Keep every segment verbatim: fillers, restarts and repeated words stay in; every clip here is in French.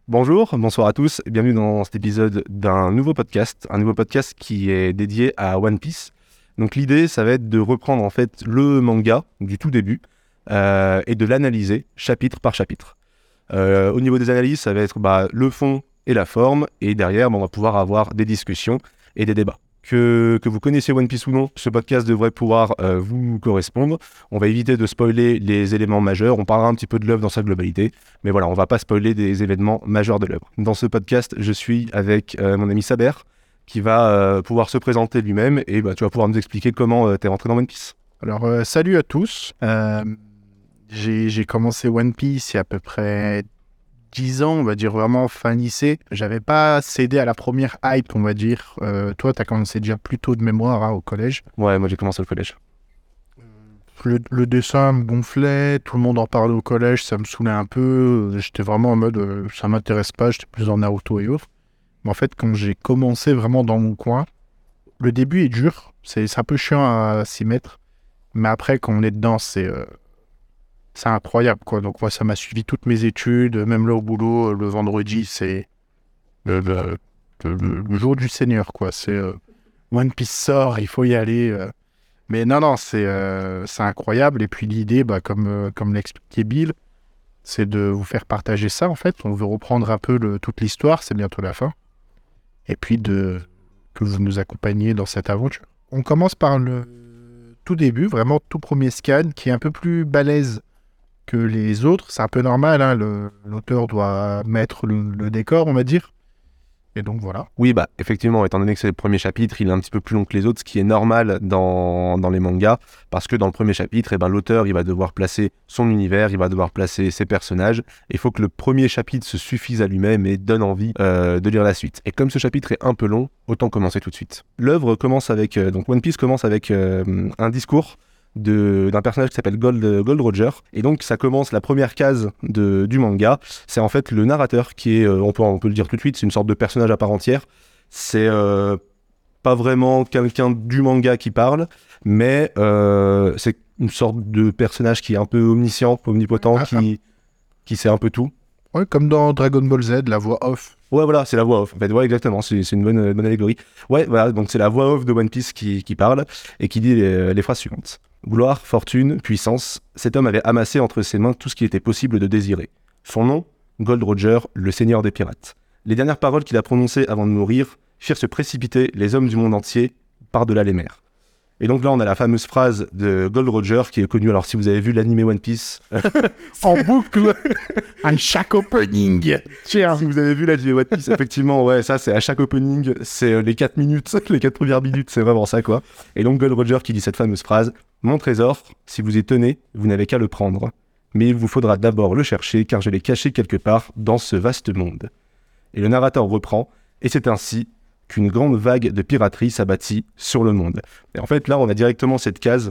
Bonjour, bonsoir à tous et bienvenue dans cet épisode d'un nouveau podcast, un nouveau podcast qui est dédié à One Piece. Donc l'idée, ça va être de reprendre en fait le manga du tout début euh, et de l'analyser chapitre par chapitre. Euh, au niveau des analyses, ça va être bah, le fond et la forme, et derrière, bah, on va pouvoir avoir des discussions et des débats. Que, que vous connaissiez One Piece ou non, ce podcast devrait pouvoir euh, vous correspondre. On va éviter de spoiler les éléments majeurs, on parlera un petit peu de l'œuvre dans sa globalité, mais voilà, on va pas spoiler des événements majeurs de l'œuvre. Dans ce podcast, je suis avec euh, mon ami Saber, qui va euh, pouvoir se présenter lui-même, et bah, tu vas pouvoir nous expliquer comment euh, t'es rentré dans One Piece. Alors, euh, salut à tous. Euh, j'ai, j'ai commencé One Piece il y a à peu près dix ans, on va dire vraiment fin lycée. J'avais pas cédé à la première hype, on va dire. Euh, toi, tu as commencé déjà plus tôt de mémoire hein, au collège. Ouais, moi j'ai commencé au collège. Le, le dessin me gonflait, tout le monde en parlait au collège, ça me saoulait un peu. J'étais vraiment en mode, euh, ça m'intéresse pas, j'étais plus en Naruto et autres. Mais en fait, quand j'ai commencé vraiment dans mon coin, le début est dur, c'est, c'est un peu chiant à s'y mettre. Mais après, quand on est dedans, c'est... euh, C'est incroyable, quoi. Donc, moi, ça m'a suivi toutes mes études, même là au boulot, le vendredi, c'est le, le- le- le jour du Seigneur, quoi. C'est euh, One Piece sort, il faut y aller. euh. Mais non, non, c'est euh, c'est incroyable. Et puis, l'idée, bah, comme, euh, comme l'expliquait Bill, c'est de vous faire partager ça, en fait. On veut reprendre un peu le- toute l'histoire, c'est bientôt la fin. Et puis, de, que vous nous accompagniez dans cette aventure. On commence par le tout début, vraiment tout premier scan, qui est un peu plus balèze que les autres. C'est un peu normal, hein, le- l'auteur doit mettre le, le décor, on va dire. Et donc voilà. Oui, bah effectivement, étant donné que c'est le premier chapitre, il est un petit peu plus long que les autres, ce qui est normal dans, dans les mangas, parce que dans le premier chapitre, eh ben, l'auteur il va devoir placer son univers, il va devoir placer ses personnages, et il faut que le premier chapitre se suffise à lui-même et donne envie euh, de lire la suite. Et comme ce chapitre est un peu long, autant commencer tout de suite. L'œuvre commence avec, euh, donc One Piece commence avec euh, un discours de, d'un personnage qui s'appelle Gold, Gold Roger, et donc ça commence la première case de, du manga. C'est en fait le narrateur qui est, euh, on, peut, on peut le dire tout de suite, c'est une sorte de personnage à part entière. C'est euh, pas vraiment quelqu'un du manga qui parle, mais euh, c'est une sorte de personnage qui est un peu omniscient, omnipotent, Ah, qui, qui sait un peu tout. Ouais, comme dans Dragon Ball Z, la voix off. Ouais, voilà, c'est la voix off. En fait, ouais, exactement, c'est, c'est une bonne, euh, bonne allégorie. Ouais, voilà, donc c'est la voix off de One Piece qui, qui parle et qui dit les, les phrases suivantes. Gloire, fortune, puissance, cet homme avait amassé entre ses mains tout ce qu'il était possible de désirer. Son nom, Gold Roger, le seigneur des pirates. Les dernières paroles qu'il a prononcées avant de mourir firent se précipiter les hommes du monde entier par-delà les mers. Et donc là, on a la fameuse phrase de Gold Roger qui est connue. Alors, si vous avez vu l'animé One Piece, En boucle. À chaque opening. Tiens. si vous avez vu l'animé One Piece, effectivement, ouais, ça, c'est à chaque opening, c'est euh, les quatre minutes, les quatre premières minutes, c'est vraiment ça, quoi. Et donc, Gold Roger qui dit cette fameuse phrase, mon trésor, si vous y tenez, vous n'avez qu'à le prendre. Mais il vous faudra d'abord le chercher, car je l'ai caché quelque part dans ce vaste monde. Et le narrateur reprend, et c'est ainsi qu'une grande vague de piraterie s'abattit sur le monde. Et en fait, là, on a directement cette case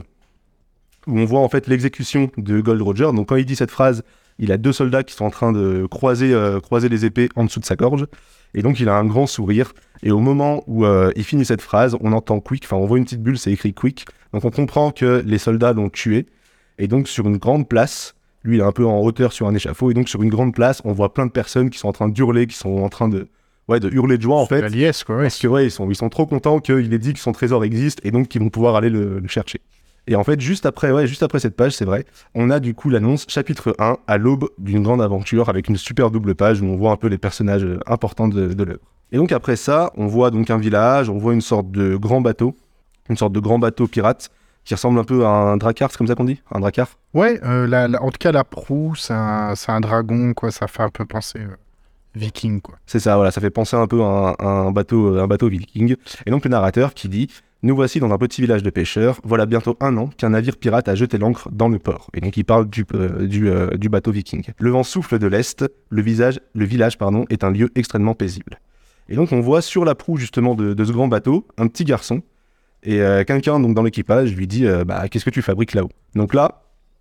où on voit en fait l'exécution de Gold Roger. Donc, quand il dit cette phrase, il a deux soldats qui sont en train de croiser, euh, croiser les épées en dessous de sa gorge. Et donc, il a un grand sourire. Et au moment où euh, il finit cette phrase, on entend Quick. Enfin, on voit une petite bulle, c'est écrit Quick. Donc, on comprend que les soldats l'ont tué. Et donc, sur une grande place, lui, il est un peu en hauteur sur un échafaud. Et donc, sur une grande place, on voit plein de personnes qui sont en train d'hurler, qui sont en train de, ouais, de hurler de joie, en fait. La liesse, quoi. Ouais. Parce que, ouais, ils sont, ils sont trop contents qu'il ait dit que son trésor existe et donc qu'ils vont pouvoir aller le, le chercher. Et en fait, juste après, ouais, juste après cette page, c'est vrai, on a du coup l'annonce chapitre un à l'aube d'une grande aventure avec une super double page où on voit un peu les personnages euh, importants de, de l'œuvre. Et donc après ça, on voit donc un village, on voit une sorte de grand bateau, une sorte de grand bateau pirate qui ressemble un peu à un drakkar, c'est comme ça qu'on dit, un drakkar. Ouais, euh, la- la- en tout cas, la proue, c'est un, c'est un dragon, quoi. Ça fait un peu penser euh, viking, quoi. C'est ça, voilà, ça fait penser un peu à un, un bateau, un bateau viking. Et donc le narrateur qui dit « Nous voici dans un petit village de pêcheurs. Voilà bientôt un an qu'un navire pirate a jeté l'ancre dans le port. » Et donc il parle du, euh, du, euh, du bateau viking. Le vent souffle de l'est. Le, visage, le village pardon, est un lieu extrêmement paisible. Et donc on voit sur la proue justement de, de ce grand bateau un petit garçon. Et euh, quelqu'un donc dans l'équipage lui dit euh, bah, « Qu'est-ce que tu fabriques là-haut ?» Donc là,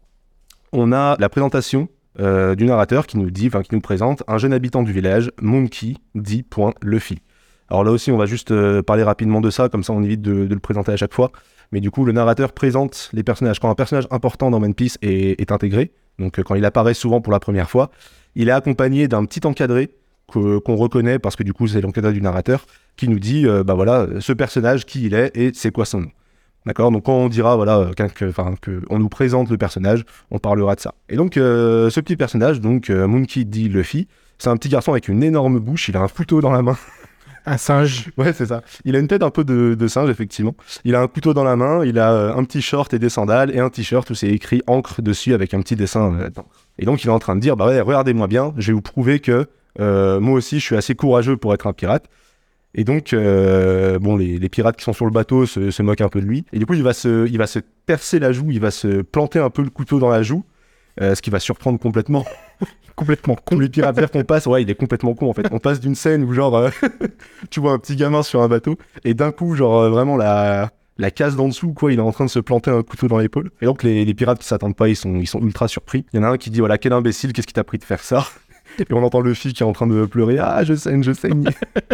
on a la présentation euh, du narrateur qui nous dit, enfin qui nous présente un jeune habitant du village, Monkey, dit point Luffy. Alors là aussi, on va juste euh, parler rapidement de ça, comme ça on évite de, de le présenter à chaque fois. Mais du coup, le narrateur présente les personnages. Quand un personnage important dans One Piece est, est intégré, donc euh, quand il apparaît souvent pour la première fois, il est accompagné d'un petit encadré que, qu'on reconnaît parce que du coup c'est l'enquêteur du narrateur qui nous dit euh, bah voilà ce personnage qui il est et c'est quoi son nom. D'accord, donc quand on dira voilà que, enfin que on nous présente le personnage, on parlera de ça. Et donc euh, ce petit personnage, donc euh, Monkey D. Luffy, c'est un petit garçon avec une énorme bouche, il a un couteau dans la main. Un singe. Ouais, c'est ça. Il a une tête un peu de, de singe, effectivement. Il a un couteau dans la main, il a euh, un petit short et des sandales, et un t-shirt où c'est écrit encre dessus avec un petit dessin euh, dedans. Et donc il est en train de dire, bah ouais, regardez-moi bien, je vais vous prouver que euh, moi aussi je suis assez courageux pour être un pirate. Et donc, euh, bon, les, les pirates qui sont sur le bateau se, se moquent un peu de lui. Et du coup, il va, se, il va se percer la joue, il va se planter un peu le couteau dans la joue, euh, ce qui va surprendre complètement. Complètement con. Les pirates verts qu'on passe, ouais, il est complètement con en fait. On passe d'une scène où genre, euh, tu vois un petit gamin sur un bateau, et d'un coup, genre euh, vraiment la, la case d'en dessous, quoi, il est en train de se planter un couteau dans l'épaule. Et donc les, les pirates qui s'attendent pas, ils sont, ils sont ultra surpris. Il y en a un qui dit, voilà, quel imbécile, qu'est-ce qui t'a pris de faire ça? Et on entend Luffy qui est en train de pleurer, ah, je saigne, je saigne.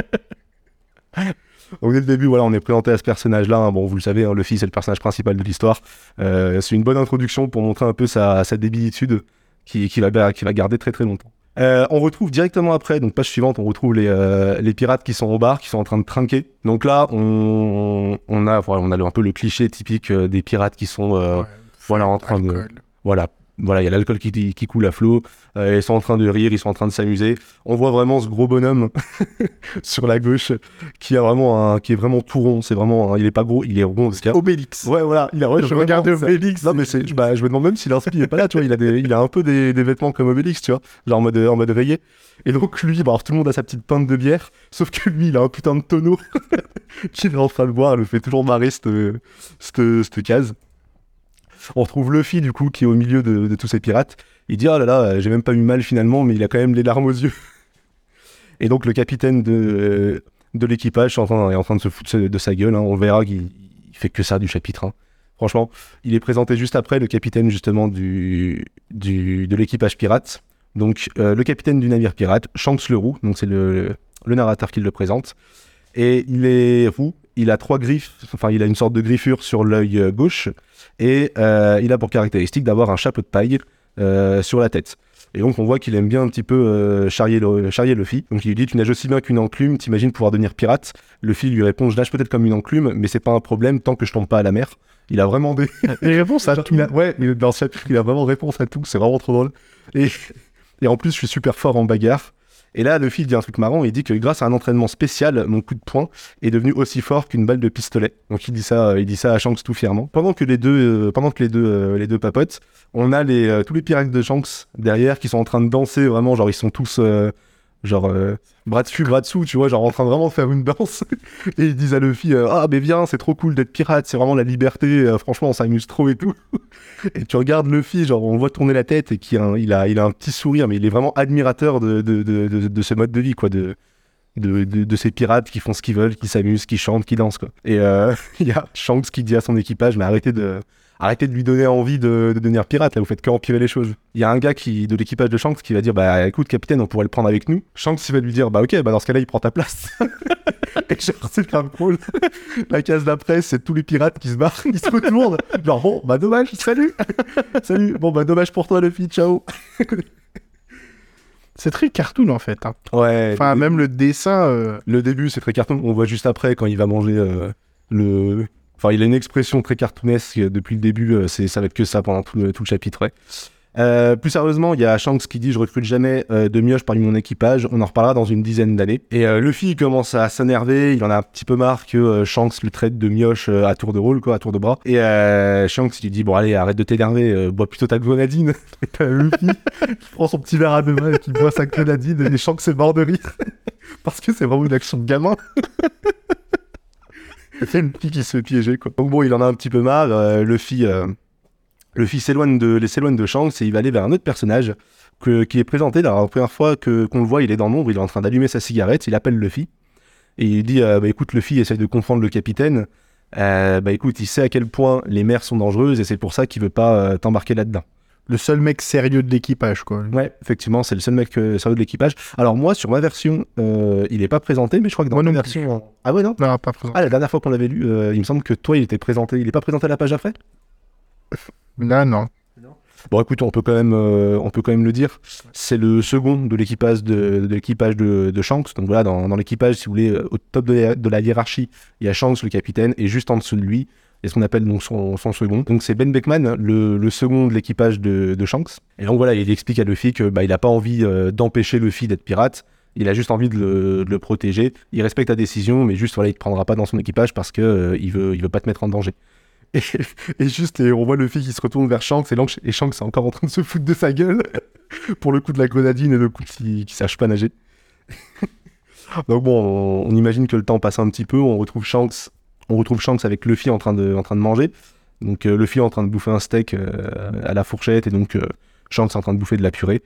Donc dès le début, voilà, on est présenté à ce personnage-là. Hein. Bon, vous le savez, hein, Luffy, c'est le personnage principal de l'histoire. Euh, c'est une bonne introduction pour montrer un peu sa, sa débilitude qui, qui, va, qui va garder très très longtemps. Euh, on retrouve directement après, donc page suivante, on retrouve les, euh, les pirates qui sont au bar, qui sont en train de trinquer. Donc là, on, on, a, voilà, on a un peu le cliché typique euh, des pirates qui sont euh, ouais, voilà, en train alcool. de... Voilà. Voilà, il y a l'alcool qui, qui coule à flot, euh, ils sont en train de rire, ils sont en train de s'amuser. On voit vraiment ce gros bonhomme sur la gauche qui a vraiment un, qui est vraiment tout rond. C'est vraiment, un, il est pas gros, il est rond. Parce Obélix. Ouais, voilà. Il a, ouais, je regarde Obélix. Non mais c'est, bah, je me demande même si l'inspi est pas là. Tu vois, il a des, il a un peu des, des vêtements comme Obélix, tu vois, genre en mode, en mode rayé. Et donc lui, bah, alors, tout le monde a sa petite pinte de bière, sauf que lui, il a un putain de tonneau qu'il est en train de boire. Il le fait toujours marrer cette, cette, cette case. On retrouve Luffy, du coup, qui est au milieu de, de tous ces pirates. Il dit « Ah là là, j'ai même pas eu mal finalement, mais il a quand même les larmes aux yeux. » Et donc, le capitaine de, de l'équipage est en, train, est en train de se foutre de sa gueule. Hein. On verra qu'il il fait que ça du chapitre. Hein. Franchement, il est présenté juste après, le capitaine, justement, du, du, de l'équipage pirate. Donc, euh, le capitaine du navire pirate, Shanks le Roux. Donc, c'est le, le narrateur qui le présente. Et il est roux. Il a trois griffes, enfin il a une sorte de griffure sur l'œil gauche et euh, il a pour caractéristique d'avoir un chapeau de paille euh, sur la tête. Et donc on voit qu'il aime bien un petit peu euh, charrier, le, charrier Luffy. Donc il lui dit « Tu nages aussi bien qu'une enclume, t'imagines pouvoir devenir pirate ?» Luffy lui répond « Je nage peut-être comme une enclume, mais c'est pas un problème tant que je tombe pas à la mer. » Il a vraiment des, des réponses à tout. A, ouais, dans ce chapitre, il a vraiment réponse à tout, c'est vraiment trop drôle. Et, et en plus, je suis super fort en bagarre. Et là, Luffy dit un truc marrant, il dit que grâce à un entraînement spécial, mon coup de poing est devenu aussi fort qu'une balle de pistolet. Donc il dit ça, il dit ça à Shanks tout fièrement. Pendant que les deux, euh, pendant que les deux, euh, les deux papotent, on a les, euh, tous les pirates de Shanks derrière qui sont en train de danser vraiment, genre ils sont tous euh, genre euh, bras dessus, bras dessous, tu vois, genre en train de vraiment faire une danse. Et ils disent à Luffy euh, ah mais viens, c'est trop cool d'être pirate, c'est vraiment la liberté, euh, franchement on s'amuse trop et tout. Et tu regardes Luffy, genre on voit tourner la tête et qu'il a un, il a, il a un petit sourire, mais il est vraiment admirateur de, de, de, de, de ce mode de vie, quoi, de, de, de, de ces pirates qui font ce qu'ils veulent, qui s'amusent, qui chantent, qui dansent, quoi. Et il euh, y a Shanks qui dit à son équipage, mais arrêtez de, arrêtez de lui donner envie de, de devenir pirate, là vous faites qu'empirer les choses. Il y a un gars qui, de l'équipage de Shanks qui va dire, bah écoute capitaine, on pourrait le prendre avec nous. Shanks il va lui dire, bah ok, bah dans ce cas-là il prend ta place. Et genre c'est grave drôle. La case d'après, c'est tous les pirates qui se barrent, ils se retournent. Genre bon, bah dommage, salut. Salut, bon bah dommage pour toi Luffy, ciao. C'est très cartoon en fait. Hein. Ouais. Enfin, même le dessin. Euh... Le début, c'est très cartoon. On voit juste après quand il va manger euh, le. Enfin, il a une expression très cartoonesque depuis le début. Euh, c'est, ça va être que ça pendant tout le, tout le chapitre. Ouais. Euh, plus sérieusement, il y a Shanks qui dit « Je recrute jamais euh, de mioche parmi mon équipage. On en reparlera dans une dizaine d'années. » Et euh, Luffy commence à s'énerver. Il en a un petit peu marre que euh, Shanks lui traite de mioche euh, à tour de rôle, quoi, à tour de bras. Et euh, Shanks lui dit « Bon, allez, arrête de t'énerver. Euh, bois plutôt ta grenadine. » Et t'as Luffy qui prend son petit verre à deux mains et qui boit sa grenadine. Et Shanks est mort de rire. Parce que c'est vraiment une action de gamin. C'est une fille qui se fait piéger, quoi. Donc bon, il en a un petit peu marre. Euh, Luffy... Euh, Luffy s'éloigne de, s'éloigne de Shanks et il va aller vers un autre personnage que, qui est présenté. La première fois que, qu'on le voit, il est dans l'ombre, il est en train d'allumer sa cigarette, il appelle Luffy. Et il dit euh, bah, écoute, Luffy essaye de comprendre le capitaine. Euh, bah écoute, il sait à quel point les mers sont dangereuses et c'est pour ça qu'il veut pas euh, t'embarquer là-dedans. Le seul mec sérieux de l'équipage, quoi. Ouais, effectivement, c'est le seul mec euh, sérieux de l'équipage. Alors moi, sur ma version, euh, il est pas présenté, mais je crois que dans moi ma non version... Euh... Ah ouais, non Non, pas présenté. Ah, la dernière fois qu'on l'avait lu, euh, il me semble que toi, il était présenté. Il est pas présenté à la page après ? Là, non. Bon, écoute, on peut quand même, euh, on peut quand même le dire. C'est le second de l'équipage de, de l'équipage de, de Shanks. Donc voilà, dans, dans l'équipage, si vous voulez, au top de la, de la hiérarchie, il y a Shanks, le capitaine, et juste en dessous de lui, il y a ce qu'on appelle donc son, son second. Donc c'est Ben Beckman, le, le second de l'équipage de, de Shanks. Et donc voilà, il explique à Luffy que bah, il a pas envie euh, d'empêcher Luffy d'être pirate. Il a juste envie de le, de le protéger. Il respecte la décision, mais juste voilà, il te prendra pas dans son équipage parce que euh, il veut, il veut pas te mettre en danger. Et, et juste, et on voit Luffy qui se retourne vers Shanks, et, Lanks, et Shanks est encore en train de se foutre de sa gueule pour le coup de la grenadine et le coup qui, qui sache pas nager. Donc bon, on, on imagine que le temps passe un petit peu. On retrouve Shanks, on retrouve Shanks avec Luffy en train de, en train de manger. Donc euh, Luffy est en train de bouffer un steak euh, à la fourchette, et donc euh, Shanks est en train de bouffer de la purée.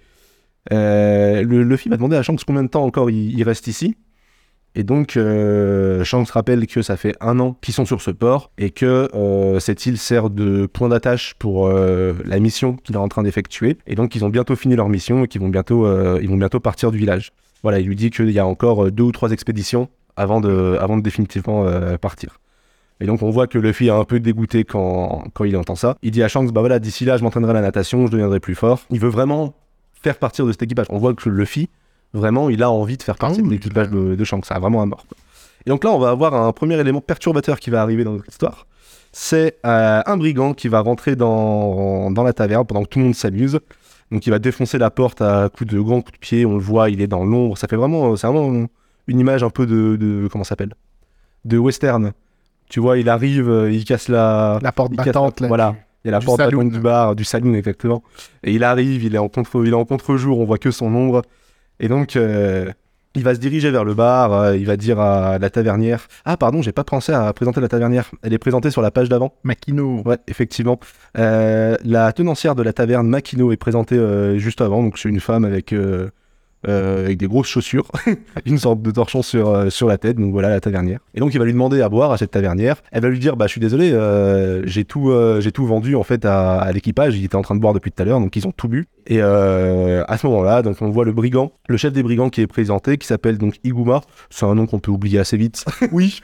Euh, le, Luffy va demander à Shanks combien de temps encore il, il reste ici. Et donc euh, Shanks rappelle que ça fait un an qu'ils sont sur ce port et que euh, cette île sert de point d'attache pour euh, la mission qu'il est en train d'effectuer. Et donc ils ont bientôt fini leur mission et qu'ils vont bientôt, euh, ils vont bientôt partir du village. Voilà, il lui dit qu'il y a encore deux ou trois expéditions avant de, avant de définitivement euh, partir. Et donc on voit que Luffy est un peu dégoûté quand, quand il entend ça. Il dit à Shanks, bah voilà, d'ici là je m'entraînerai à la natation, je deviendrai plus fort. Il veut vraiment faire partir de cet équipage. On voit que Luffy, vraiment, il a envie de faire partie ah oui, de l'équipage de, de Shanks. Ça a vraiment un mort. Quoi. Et donc là, on va avoir un premier élément perturbateur qui va arriver dans notre histoire. C'est euh, un brigand qui va rentrer dans, dans la taverne pendant que tout le monde s'amuse. Donc il va défoncer la porte à coups de grands coups de pied. On le voit, il est dans l'ombre. Ça fait vraiment, c'est vraiment une image un peu de, de comment ça s'appelle, de western. Tu vois, il arrive, il casse la... La porte battante, là. Voilà. Il y a la porte battante du bar, du saloon, exactement. Et il arrive, il est en contre, il est en contre-jour, on voit que son ombre. Et donc, euh, il va se diriger vers le bar, euh, il va dire à la tavernière... Ah, pardon, j'ai pas pensé à présenter la tavernière. Elle est présentée sur la page d'avant. Makino. Ouais, effectivement. Euh, la tenancière de la taverne, Makino, est présentée euh, juste avant. Donc, c'est une femme avec... Euh, Euh, avec des grosses chaussures, une sorte de torchon sur, euh, sur la tête, donc voilà la tavernière. Et donc il va lui demander à boire à cette tavernière, elle va lui dire bah je suis désolé, euh, j'ai, tout, euh, j'ai tout vendu en fait à, à l'équipage, il était en train de boire depuis tout à l'heure, donc ils ont tout bu. Et euh, à ce moment-là, donc on voit le brigand, le chef des brigands qui est présenté, qui s'appelle donc Iguma, c'est un nom qu'on peut oublier assez vite. Oui.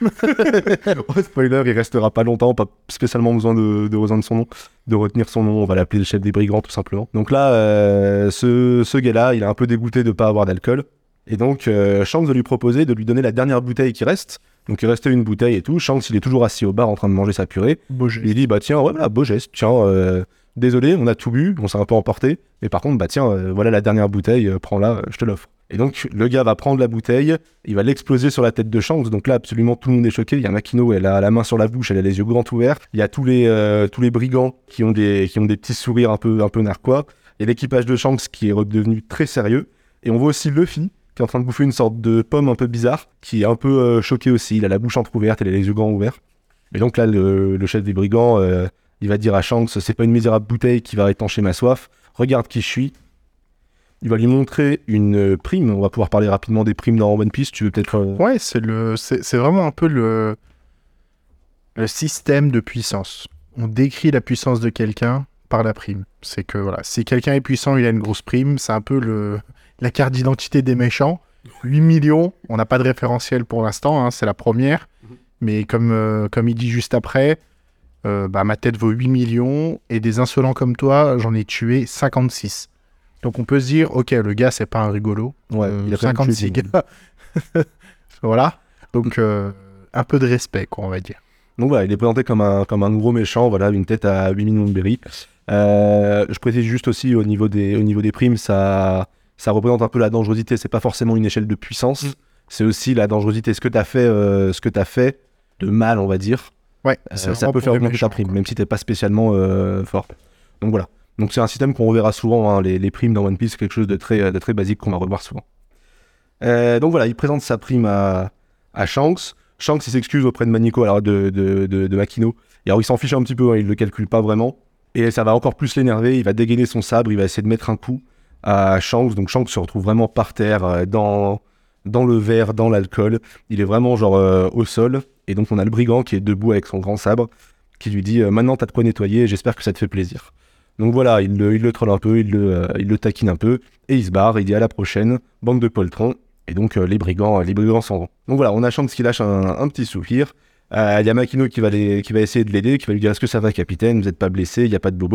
Ouais, spoiler, il restera pas longtemps, pas spécialement besoin de, de retenir son nom, de retenir son nom, on va l'appeler le chef des brigands tout simplement. Donc là, euh, ce, ce gars-là, il est un peu dégoûté de pas avoir d'alcool, et donc euh, Shanks va lui proposer de lui donner la dernière bouteille qui reste. Donc il restait une bouteille et tout, Shanks il est toujours assis au bar en train de manger sa purée, beau geste. Il dit bah tiens, ouais voilà, beau geste, tiens, euh, désolé, on a tout bu, on s'est un peu emporté, mais par contre bah tiens, euh, voilà la dernière bouteille, euh, prends-la, euh, je te l'offre. Et donc le gars va prendre la bouteille, il va l'exploser sur la tête de Shanks, donc là absolument tout le monde est choqué, il y a Makino, elle a la main sur la bouche, elle a les yeux grands ouverts, il y a tous les, euh, tous les brigands qui ont, des, qui ont des petits sourires un peu, un peu narquois, il y a l'équipage de Shanks qui est redevenu très sérieux, et on voit aussi Luffy qui est en train de bouffer une sorte de pomme un peu bizarre, qui est un peu euh, choqué aussi, il a la bouche entrouverte, il a les yeux grands ouverts. Et donc là, le, le chef des brigands, euh, il va dire à Shanks, c'est pas une misérable bouteille qui va étancher ma soif, regarde qui je suis. Il va lui montrer une prime, on va pouvoir parler rapidement des primes dans One Piece, tu veux peut-être... Euh... Ouais, c'est, le, c'est, c'est vraiment un peu le, le système de puissance. On décrit la puissance de quelqu'un par la prime. C'est que voilà, si quelqu'un est puissant, il a une grosse prime, c'est un peu le... la carte d'identité des méchants, huit millions, on n'a pas de référentiel pour l'instant, hein, c'est la première, mmh. mais comme, euh, comme il dit juste après, euh, bah, ma tête vaut huit millions, et des insolents comme toi, j'en ai tué cinquante-six. Donc on peut se dire, ok, le gars, c'est pas un rigolo, ouais, euh, il a cinquante-six gars. Voilà, donc euh, un peu de respect, quoi, on va dire. Donc voilà, il est présenté comme un, comme un gros méchant, voilà, une tête à huit millions de berries. Euh, je précise juste aussi, au niveau des, au niveau des primes, ça... ça représente un peu la dangerosité, c'est pas forcément une échelle de puissance, mmh. c'est aussi la dangerosité, ce que t'as fait, euh, ce que t'as fait de mal, on va dire, ouais, euh, ça peut faire augmenter ta prime, quoi. Même si t'es pas spécialement euh, fort. Donc voilà, donc c'est un système qu'on reverra souvent, hein. les, les primes dans One Piece, c'est quelque chose de très, de très basique qu'on va revoir souvent. Euh, donc voilà, il présente sa prime à, à Shanks, Shanks il s'excuse auprès de Manico, alors de, de, de, de Makino, et alors il s'en fiche un petit peu, hein, il le calcule pas vraiment, et ça va encore plus l'énerver, il va dégainer son sabre, il va essayer de mettre un coup à Shanks, donc Shanks se retrouve vraiment par terre, euh, dans, dans le verre, dans l'alcool, il est vraiment genre euh, au sol, et donc on a le brigand qui est debout avec son grand sabre, qui lui dit euh, « Maintenant t'as de quoi nettoyer, j'espère que ça te fait plaisir ». Donc voilà, il le, il le troll un peu, il le, euh, il le taquine un peu, et il se barre, il dit à la prochaine, bande de poltrons, et donc euh, les brigands les brigands s'en vont. Donc voilà, on a Shanks qui lâche un, un petit soupir, il euh, y a Makino qui va, les, qui va essayer de l'aider, qui va lui dire « Est-ce que ça va capitaine, vous n'êtes pas blessé, il n'y a pas de bobo ?»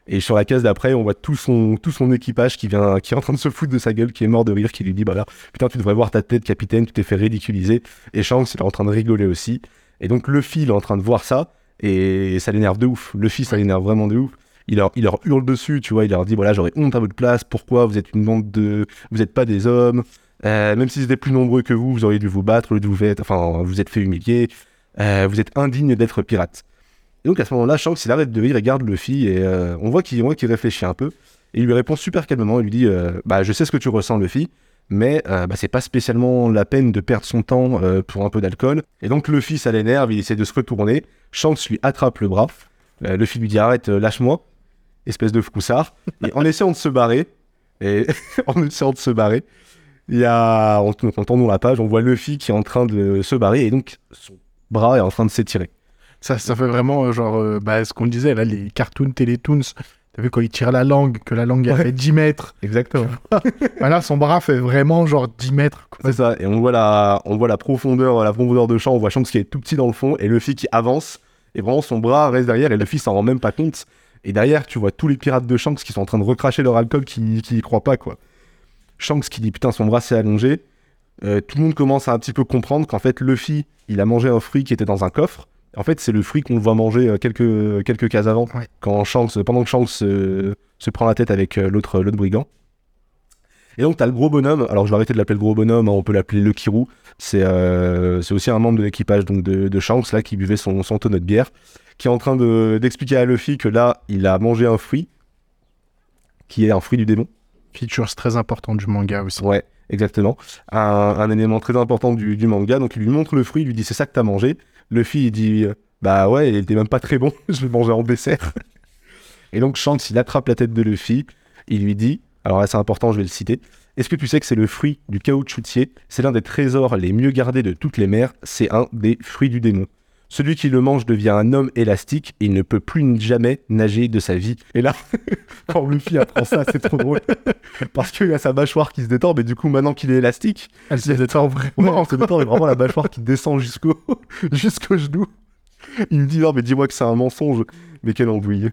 Et sur la case d'après, on voit tout son, tout son équipage qui, vient, qui est en train de se foutre de sa gueule, qui est mort de rire, qui lui dit bah là, putain, tu devrais voir ta tête, capitaine, tu t'es fait ridiculiser. Et Shanks, il est en train de rigoler aussi. Et donc Luffy, il est en train de voir ça, et ça l'énerve de ouf. Luffy, ça l'énerve vraiment de ouf. Il leur, il leur hurle dessus, tu vois, il leur dit voilà, j'aurais honte à votre place, pourquoi vous êtes une bande de. Vous n'êtes pas des hommes, euh, même si c'était plus nombreux que vous, vous auriez dû vous battre, au lieu de vous être. Enfin, vous êtes fait humilier, euh, vous êtes indigne d'être pirate. Et donc à ce moment-là, Shanks, il arrête de rire, il regarde Luffy et euh, on voit qu'il, on voit qu'il réfléchit un peu. Et il lui répond super calmement, il lui dit euh, bah, je sais ce que tu ressens, Luffy, mais euh, bah, c'est pas spécialement la peine de perdre son temps euh, pour un peu d'alcool. Et donc Luffy, ça l'énerve, il essaie de se retourner. Shanks lui attrape le bras. Euh, Luffy lui dit arrête, euh, lâche-moi, espèce de froussard. Et en essayant de se barrer, et en essayant de se barrer, il y a, en, en tournant la page, on voit Luffy qui est en train de se barrer et donc son bras est en train de s'étirer. Ça, ça fait vraiment euh, genre euh, bah, ce qu'on disait là, les cartoons Télétoons. T'as vu quand il tire la langue, que la langue Ouais. a fait dix mètres. Exactement. Bah là, son bras fait vraiment genre dix mètres. Quoi. C'est ça, et on voit la, on voit la profondeur, la profondeur de champ, on voit Shanks qui est tout petit dans le fond, et Luffy qui avance, et vraiment son bras reste derrière, et Luffy s'en rend même pas compte. Et derrière, tu vois tous les pirates de Shanks qui sont en train de recracher leur alcool, qui, qui y croient pas, quoi. Shanks qui dit putain, son bras s'est allongé. Euh, tout le monde commence à un petit peu comprendre qu'en fait, Luffy, il a mangé un fruit qui était dans un coffre. En fait, c'est le fruit qu'on le voit manger euh, quelques, quelques cases avant, Ouais. quand Shanks, pendant que Shanks euh, se prend la tête avec euh, l'autre, l'autre brigand. Et donc, t'as le gros bonhomme. Alors, je vais arrêter de l'appeler le gros bonhomme, hein, on peut l'appeler le Kiru. C'est, euh, c'est aussi un membre de l'équipage donc de, de Shanks, là, qui buvait son, son tonneau de bière, qui est en train de, d'expliquer à Luffy que là, il a mangé un fruit, qui est un fruit du démon. Features très importantes du manga aussi. Ouais, exactement. Un, un élément très important du, du manga. Donc, il lui montre le fruit, il lui dit c'est ça que t'as mangé. Luffy, il dit euh, bah ouais, il était même pas très bon, je l'ai mangé en dessert. Et donc, Shanks, il attrape la tête de Luffy, il lui dit, alors là c'est important, je vais le citer, est-ce que tu sais que c'est le fruit du caoutchoutier? C'est l'un des trésors les mieux gardés de toutes les mers, c'est un des fruits du démon. Celui qui le mange devient un homme élastique et il ne peut plus jamais nager de sa vie. Et là, quand Luffy apprend ça, c'est trop drôle. Parce qu'il a sa mâchoire qui se détend, mais du coup, maintenant qu'il est élastique, Elle se détend vraiment. ouais, se détend, et vraiment la mâchoire qui descend jusqu'au, jusqu'au genou. Il me dit, non, mais dis-moi que c'est un mensonge. Mais quel andouille.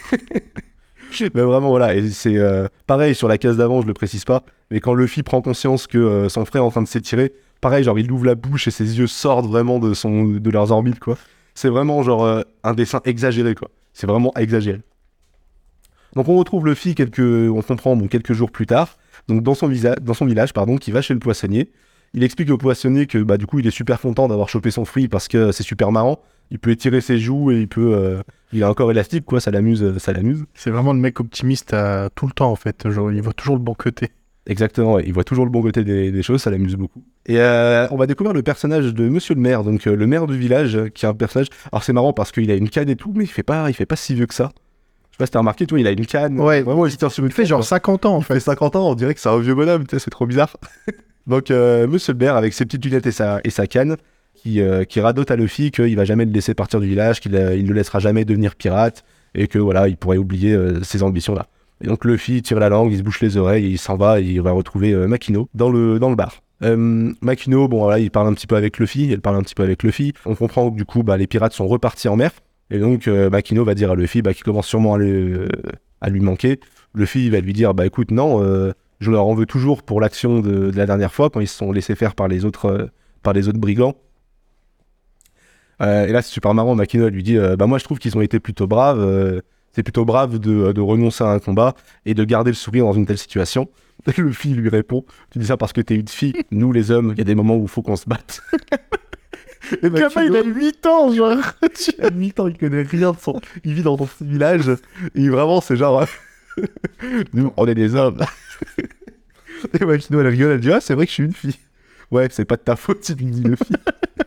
Mais vraiment, voilà. Et c'est euh, pareil, sur la case d'avant, je le précise pas. Mais quand Luffy prend conscience que euh, son frère est en train de s'étirer, pareil, genre il ouvre la bouche et ses yeux sortent vraiment de, son, de leurs orbites, quoi. C'est vraiment genre euh, un dessin exagéré, quoi. C'est vraiment exagéré. Donc on retrouve Luffy quelques, on comprend, bon, quelques jours plus tard, donc dans son, visa- dans son village, pardon, qui va chez le poissonnier. Il explique au poissonnier que bah, du coup il est super content d'avoir chopé son fruit parce que c'est super marrant. Il peut étirer ses joues et il peut, euh, il est encore élastique, quoi. Ça l'amuse, ça l'amuse. C'est vraiment le mec optimiste à tout le temps en fait. Genre, il voit toujours le bon côté. Exactement, ouais. Il voit toujours le bon côté des, des choses, ça l'amuse beaucoup. Et euh, on va découvrir le personnage de Monsieur le maire, donc euh, le maire du village, euh, qui est un personnage. Alors c'est marrant parce qu'il a une canne et tout, mais il fait pas, il fait pas si vieux que ça. Je sais pas si t'as remarqué, toi, il a une canne. Ouais. Vraiment, il se tient sur une Il fait genre canne, cinquante ans en Il fait fait. cinquante ans, on dirait que c'est un vieux bonhomme, tu sais, c'est trop bizarre. Donc euh, Monsieur le maire avec ses petites lunettes et sa, et sa canne, qui, euh, qui radote à Luffy qu'il va jamais le laisser partir du village, qu'il euh, il ne le laissera jamais devenir pirate, et que voilà, il pourrait oublier euh, ses ambitions là. Et donc Luffy tire la langue, il se bouche les oreilles, et il s'en va, et il va retrouver euh, Makino dans le, dans le bar. Euh, Makino, bon voilà, il parle un petit peu avec Luffy, elle parle un petit peu avec Luffy. On comprend que du coup, bah, les pirates sont repartis en mer, et donc euh, Makino va dire à Luffy bah, qu'il commence sûrement à, le, à lui manquer. Luffy va lui dire bah écoute, non, euh, je leur en veux toujours pour l'action de, de la dernière fois, quand ils se sont laissés faire par les autres, euh, par les autres brigands. Euh, et là, c'est super marrant, Makino elle lui dit euh, bah moi je trouve qu'ils ont été plutôt braves, euh, c'est plutôt brave de, de renoncer à un combat et de garder le sourire dans une telle situation. Et Luffy lui répond tu dis ça parce que t'es une fille, nous les hommes, il y a des moments où il faut qu'on se batte. Et Gamin, il a huit ans, genre. il a huit ans, il connaît rien de son... Il vit dans ton petit village, et vraiment, c'est genre... nous, on est des hommes. Et Makino, elle rigole, elle dit ah, c'est vrai que je suis une fille. Ouais, c'est pas de ta faute si tu me dis une fille.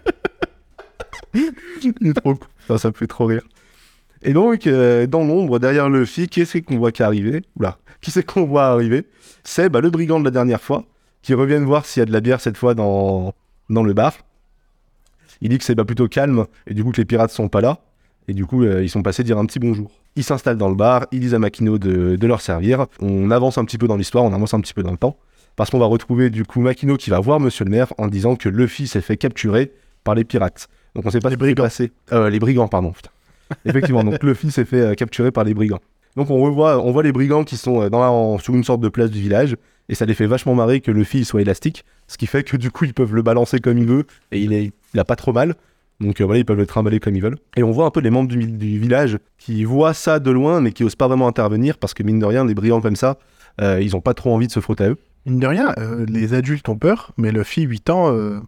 Il est trop cool. Ça, ça me fait trop rire. Et donc, euh, dans l'ombre, derrière Luffy, qui est-ce qu'on voit qui arriver Oula, qui c'est qu'on voit arriver C'est bah, le brigand de la dernière fois, qui revient voir s'il y a de la bière cette fois dans, dans le bar. Il dit que c'est bah, plutôt calme, et du coup que les pirates sont pas là, et du coup euh, ils sont passés dire un petit bonjour. Ils s'installent dans le bar, ils disent à Makino de, de leur servir. On avance un petit peu dans l'histoire, on avance un petit peu dans le temps, parce qu'on va retrouver du coup Makino qui va voir Monsieur le maire en disant que Luffy s'est fait capturer par les pirates. Donc on sait pas Les ce qui s'est brigands. passé. Euh, les brigands, pardon, putain. Effectivement, donc Luffy s'est fait euh, capturer par les brigands. Donc on revoit, on voit les brigands qui sont dans la, en, sur une sorte de place du village, et ça les fait vachement marrer que Luffy soit élastique, ce qui fait que du coup ils peuvent le balancer comme ils veulent, et il, est, il a pas trop mal. Donc euh, voilà, ils peuvent le trimballer comme ils veulent. Et on voit un peu les membres du, du village qui voient ça de loin, mais qui osent pas vraiment intervenir, parce que mine de rien, des brigands comme ça, euh, ils ont pas trop envie de se frotter à eux. Mine de rien, euh, les adultes ont peur, mais Luffy, huit ans, euh...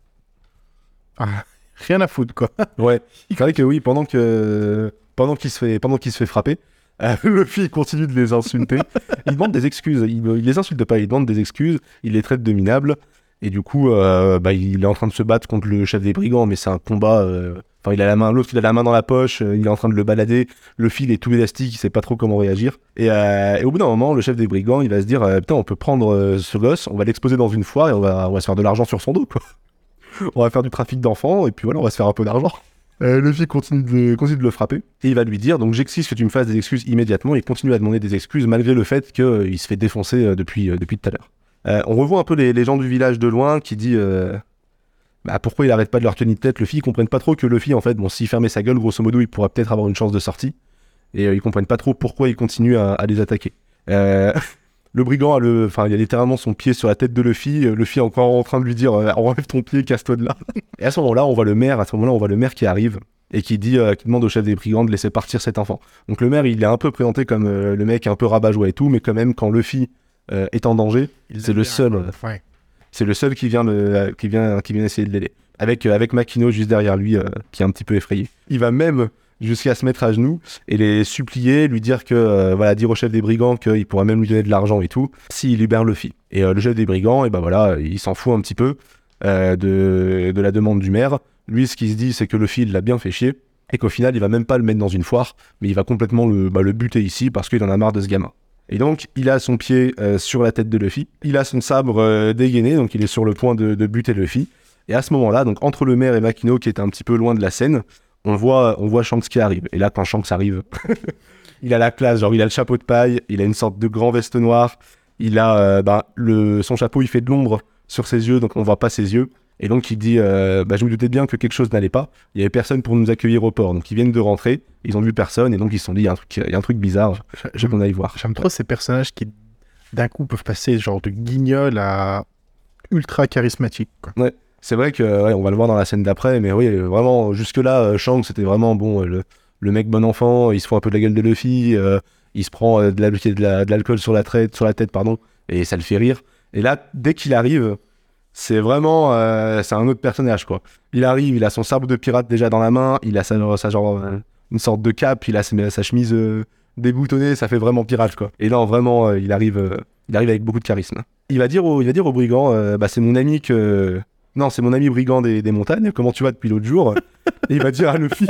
ah, rien à foutre, quoi. Ouais, c'est vrai que oui, pendant que pendant qu'il se fait pendant qu'il se fait frapper, euh, Luffy continue de les insulter. Il demande des excuses. Il, il les insulte pas, il demande des excuses. Il les traite de minables. Et du coup, euh, bah, il est en train de se battre contre le chef des brigands, mais c'est un combat. Euh... Enfin, il a la main, l'autre, il a la main dans la poche. Euh, il est en train de le balader. Luffy, il est tout élastique, il sait pas trop comment réagir. Et, euh, et au bout d'un moment, le chef des brigands, il va se dire, euh, putain, on peut prendre euh, ce gosse, on va l'exposer dans une foire et on va, on va se faire de l'argent sur son dos, quoi. On va faire du trafic d'enfants et puis voilà, on va se faire un peu d'argent. Euh, Luffy continue de, continue de le frapper et il va lui dire, donc j'exige que tu me fasses des excuses immédiatement. Il continue à demander des excuses malgré le fait qu'il euh, se fait défoncer euh, depuis, euh, depuis tout à l'heure. Euh, on revoit un peu les, les gens du village de loin qui dit euh, bah, pourquoi il arrête pas de leur tenir de tête. Luffy, ils comprennent pas trop que Luffy, en fait, bon, s'il fermait sa gueule, grosso modo, il pourra peut-être avoir une chance de sortie. Et euh, ils comprennent pas trop pourquoi il continue à, à les attaquer. Euh... Le brigand a le, enfin, il a littéralement son pied sur la tête de Luffy. Luffy est encore en train de lui dire euh, enlève ton pied, casse-toi de là. Et à ce moment-là, on voit le maire. À ce moment-là, on voit le maire qui arrive et qui dit, euh, qui demande au chef des brigands de laisser partir cet enfant. Donc le maire, il est un peu présenté comme euh, le mec un peu rabat-joie et tout, mais quand même, quand Luffy euh, est en danger, il c'est le seul. Euh, ouais. C'est le seul qui vient, le, qui vient, qui vient essayer de l'aider. Avec euh, avec Makino juste derrière lui, euh, qui est un petit peu effrayé. Il va même jusqu'à se mettre à genoux et les supplier, lui dire que, euh, voilà, dire au chef des brigands qu'il pourra même lui donner de l'argent et tout, s'il libère Luffy. Et euh, le chef des brigands, et ben voilà, il s'en fout un petit peu euh, de, de la demande du maire. Lui, ce qu'il se dit, c'est que Luffy, il l'a bien fait chier, et qu'au final, il va même pas le mettre dans une foire, mais il va complètement le, bah, le buter ici, parce qu'il en a marre de ce gamin. Et donc, il a son pied euh, sur la tête de Luffy, il a son sabre euh, dégainé, donc il est sur le point de, de buter Luffy. Et à ce moment-là, donc entre le maire et Makino, qui était un petit peu loin de la scène, on voit, on voit Shanks qui arrive. Et là, quand Shanks arrive, il a la classe, genre il a le chapeau de paille, il a une sorte de grand veste noire, il a euh, bah, le, son chapeau, il fait de l'ombre sur ses yeux, donc on voit pas ses yeux. Et donc il dit, euh, bah, je me doutais bien que quelque chose n'allait pas, il y avait personne pour nous accueillir au port. Donc ils viennent de rentrer, ils ont vu personne, et donc ils se sont dit, il y a un truc, il y a un truc bizarre, je qu'on aille voir. J'aime trop ces personnages qui, d'un coup, peuvent passer genre de guignol à ultra charismatique, quoi. Ouais. C'est vrai que, ouais, on va le voir dans la scène d'après, mais oui, vraiment, jusque-là, Shanks, c'était vraiment, bon, le, le mec bon enfant, il se fout un peu de la gueule de Luffy, euh, il se prend euh, de, la, de, la, de l'alcool sur la, traite, sur la tête, pardon, et ça le fait rire. Et là, dès qu'il arrive, c'est vraiment, euh, c'est un autre personnage, quoi. Il arrive, il a son sabre de pirate déjà dans la main, il a sa, sa genre, euh, une sorte de cape, il a sa, sa chemise euh, déboutonnée, ça fait vraiment pirate, quoi. Et là, vraiment, euh, il, arrive, euh, il arrive avec beaucoup de charisme. Il va dire au, il va dire au brigand, euh, bah, c'est mon ami que... Non, c'est mon ami brigand des, des montagnes, comment tu vas depuis l'autre jour? Et il va dire à Luffy...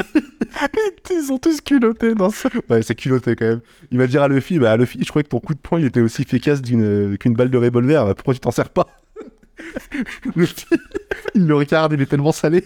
Ils sont tous culottés dans ça. Ouais, c'est culotté quand même. Il va dire à Luffy, bah Luffy, je croyais que ton coup de poing, il était aussi efficace d'une, qu'une balle de revolver, pourquoi tu t'en sers pas? Luffy, il le regarde, il est tellement salé.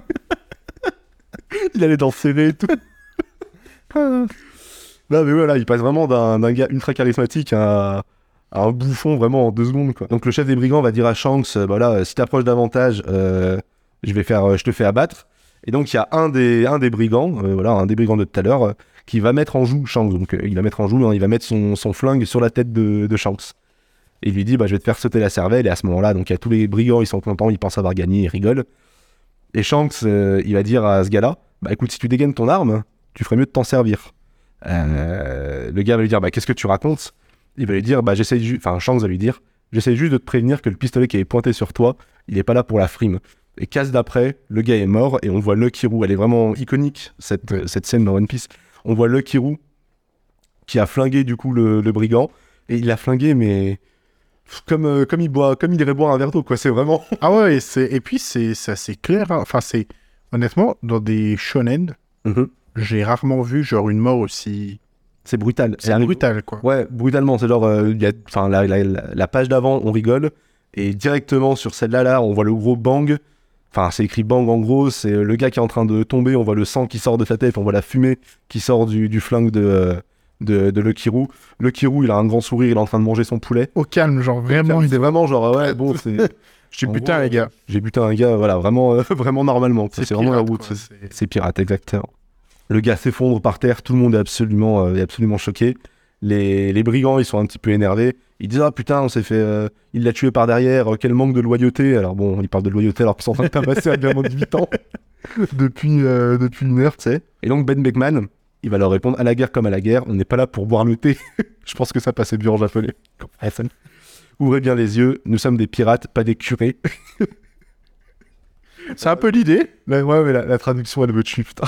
Il allait dans serré et tout. Non mais voilà, il passe vraiment d'un, d'un gars ultra charismatique à... à un bouffon vraiment en deux secondes, quoi. Donc le chef des brigands va dire à Shanks, euh, bah là, si t'approches davantage, euh, je vais faire, euh, je te fais abattre. Et donc il y a un des, un des brigands, euh, voilà, un des brigands de tout à l'heure, euh, qui va mettre en joue Shanks. Donc euh, il va mettre en joue, hein, il va mettre son, son flingue sur la tête de, de Shanks. Et il lui dit, bah je vais te faire sauter la cervelle. Et à ce moment-là, donc il y a tous les brigands, ils sont contents, ils pensent avoir gagné, ils rigolent. Et Shanks, euh, il va dire à ce gars-là, bah écoute, si tu dégaines ton arme, tu ferais mieux de t'en servir. Euh, le gars va lui dire, bah qu'est-ce que tu racontes? Il va lui dire, bah j'essaye juste, enfin Shanks va lui dire, j'essaye juste de te prévenir que le pistolet qui est pointé sur toi, il est pas là pour la frime. Et case d'après, le gars est mort et on voit Lucky Roux. Elle est vraiment iconique, cette, cette scène dans One Piece. On voit Lucky Roux qui a flingué du coup le, le brigand, et il l'a flingué, mais comme, euh, comme, il boit, comme il irait boire un verre d'eau, quoi. C'est vraiment... Ah ouais, et, c'est... et puis c'est, c'est assez clair, hein. Enfin c'est, honnêtement, dans des shonen, mm-hmm. j'ai rarement vu genre une mort aussi... C'est brutal. C'est brutal, quoi. Ouais, brutalement. C'est genre, euh, y a, la, la, la, la page d'avant, on rigole, et directement sur celle-là, là, on voit le gros bang. Enfin, c'est écrit bang en gros, c'est le gars qui est en train de tomber, on voit le sang qui sort de sa tête, on voit la fumée qui sort du, du flingue de, de, de Lucky Roux. Lucky Roux, il a un grand sourire, il est en train de manger son poulet. Au calme, genre vraiment. C'est vraiment genre, ouais, bon, c'est... J'ai buté un gars. J'ai buté un gars, voilà, vraiment, euh, vraiment normalement. C'est, c'est pirate, vraiment la route, quoi, c'est... C'est... c'est pirate, exactement. Le gars s'effondre par terre, tout le monde est absolument, euh, est absolument choqué. Les, les brigands, ils sont un petit peu énervés. Ils disent ah putain, on s'est fait, euh, il l'a tué par derrière. Quel manque de loyauté. Alors bon, ils parlent de loyauté alors qu'ils sont en train de tabasser un gamin de huit ans depuis euh, depuis une heure, tu sais. Et donc Ben Beckman, il va leur répondre à la guerre comme à la guerre. On n'est pas là pour boire le thé. Je pense que ça passait bien en japonais. Ouvrez bien les yeux. Nous sommes des pirates, pas des curés. C'est un peu l'idée. Mais ouais, mais la, la traduction, elle me tue, putain.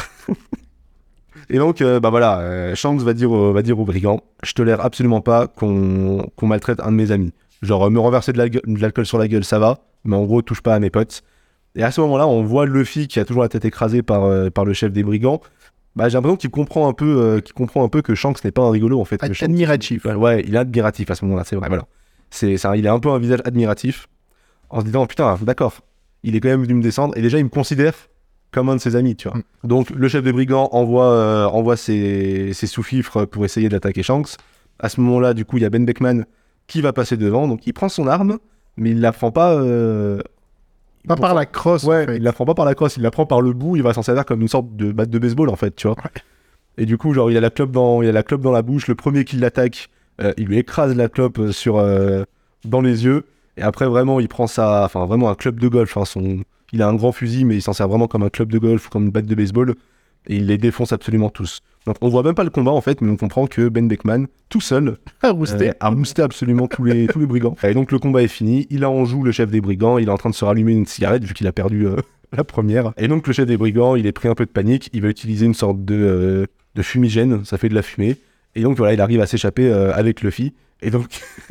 Et donc, euh, bah voilà, euh, Shanks va dire, au, va dire aux brigands, je tolère absolument pas qu'on, qu'on maltraite un de mes amis. Genre, euh, me renverser de, la gue- de l'alcool sur la gueule, ça va, mais en gros, touche pas à mes potes. Et à ce moment-là, on voit Luffy qui a toujours la tête écrasée par, euh, par le chef des brigands. Bah, j'ai l'impression qu'il comprend un peu, euh, qu'il comprend un peu que Shanks n'est pas un rigolo, en fait. Que Shanks- Admiratif. Ouais, ouais, il est admiratif à ce moment-là, c'est vrai, voilà. C'est, c'est un- il a un peu un visage admiratif, en se disant, putain, d'accord, il est quand même venu me descendre, et déjà, il me considère comme un de ses amis, tu vois. Mm. Donc, le chef des brigands envoie, euh, envoie ses, ses sous-fifres pour essayer d'attaquer Shanks. À ce moment-là, du coup, il y a Ben Beckman qui va passer devant, donc il prend son arme, mais il la prend pas... euh, Pas pour- par la crosse, Ouais, en fait. il la prend pas par la crosse, il la prend par le bout, il va s'en servir comme une sorte de batte de baseball, en fait, tu vois. Ouais. Et du coup, genre, il a la clope dans, il a la clope dans la bouche, le premier qui l'attaque, euh, il lui écrase la clope euh, sur, euh, dans les yeux, et après, vraiment, il prend ça, enfin, vraiment un club de golf, hein, son... il a un grand fusil, mais il s'en sert vraiment comme un club de golf ou comme une batte de baseball, et il les défonce absolument tous. Donc, on voit même pas le combat, en fait, mais on comprend que Ben Beckman, tout seul, Ah, rousté. euh, a boosté absolument tous les, tous les brigands. Et donc le combat est fini, il a en joue le chef des brigands, il est en train de se rallumer une cigarette vu qu'il a perdu euh, la première. Et donc le chef des brigands, il est pris un peu de panique, il va utiliser une sorte de, euh, de fumigène, ça fait de la fumée. Et donc voilà, il arrive à s'échapper euh, avec Luffy. Et donc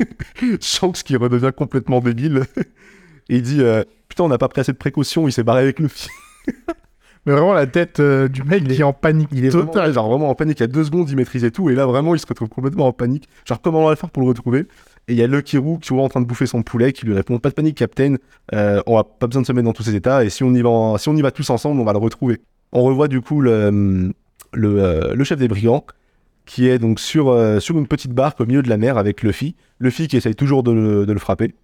Shanks qui redevient complètement débile, et il dit euh, putain on n'a pas pris assez de précautions, il s'est barré avec Luffy. Mais vraiment, la tête euh, du mec qui est en panique. Il est totale. vraiment, genre vraiment en panique. Il y a deux secondes, il maîtrisait tout. Et là, vraiment, il se retrouve complètement en panique. Genre, comment on va le faire pour le retrouver? Et il y a Lucky Roux qui est en train de bouffer son poulet, qui lui répond pas de panique, Captain. Euh, on a pas besoin de se mettre dans tous ces états. Et si on y va, en- si on y va tous ensemble, on va le retrouver. On revoit du coup le, le, euh, le chef des brigands, qui est donc sur, euh, sur une petite barque au milieu de la mer avec Luffy. Luffy qui essaye toujours de le, de le frapper.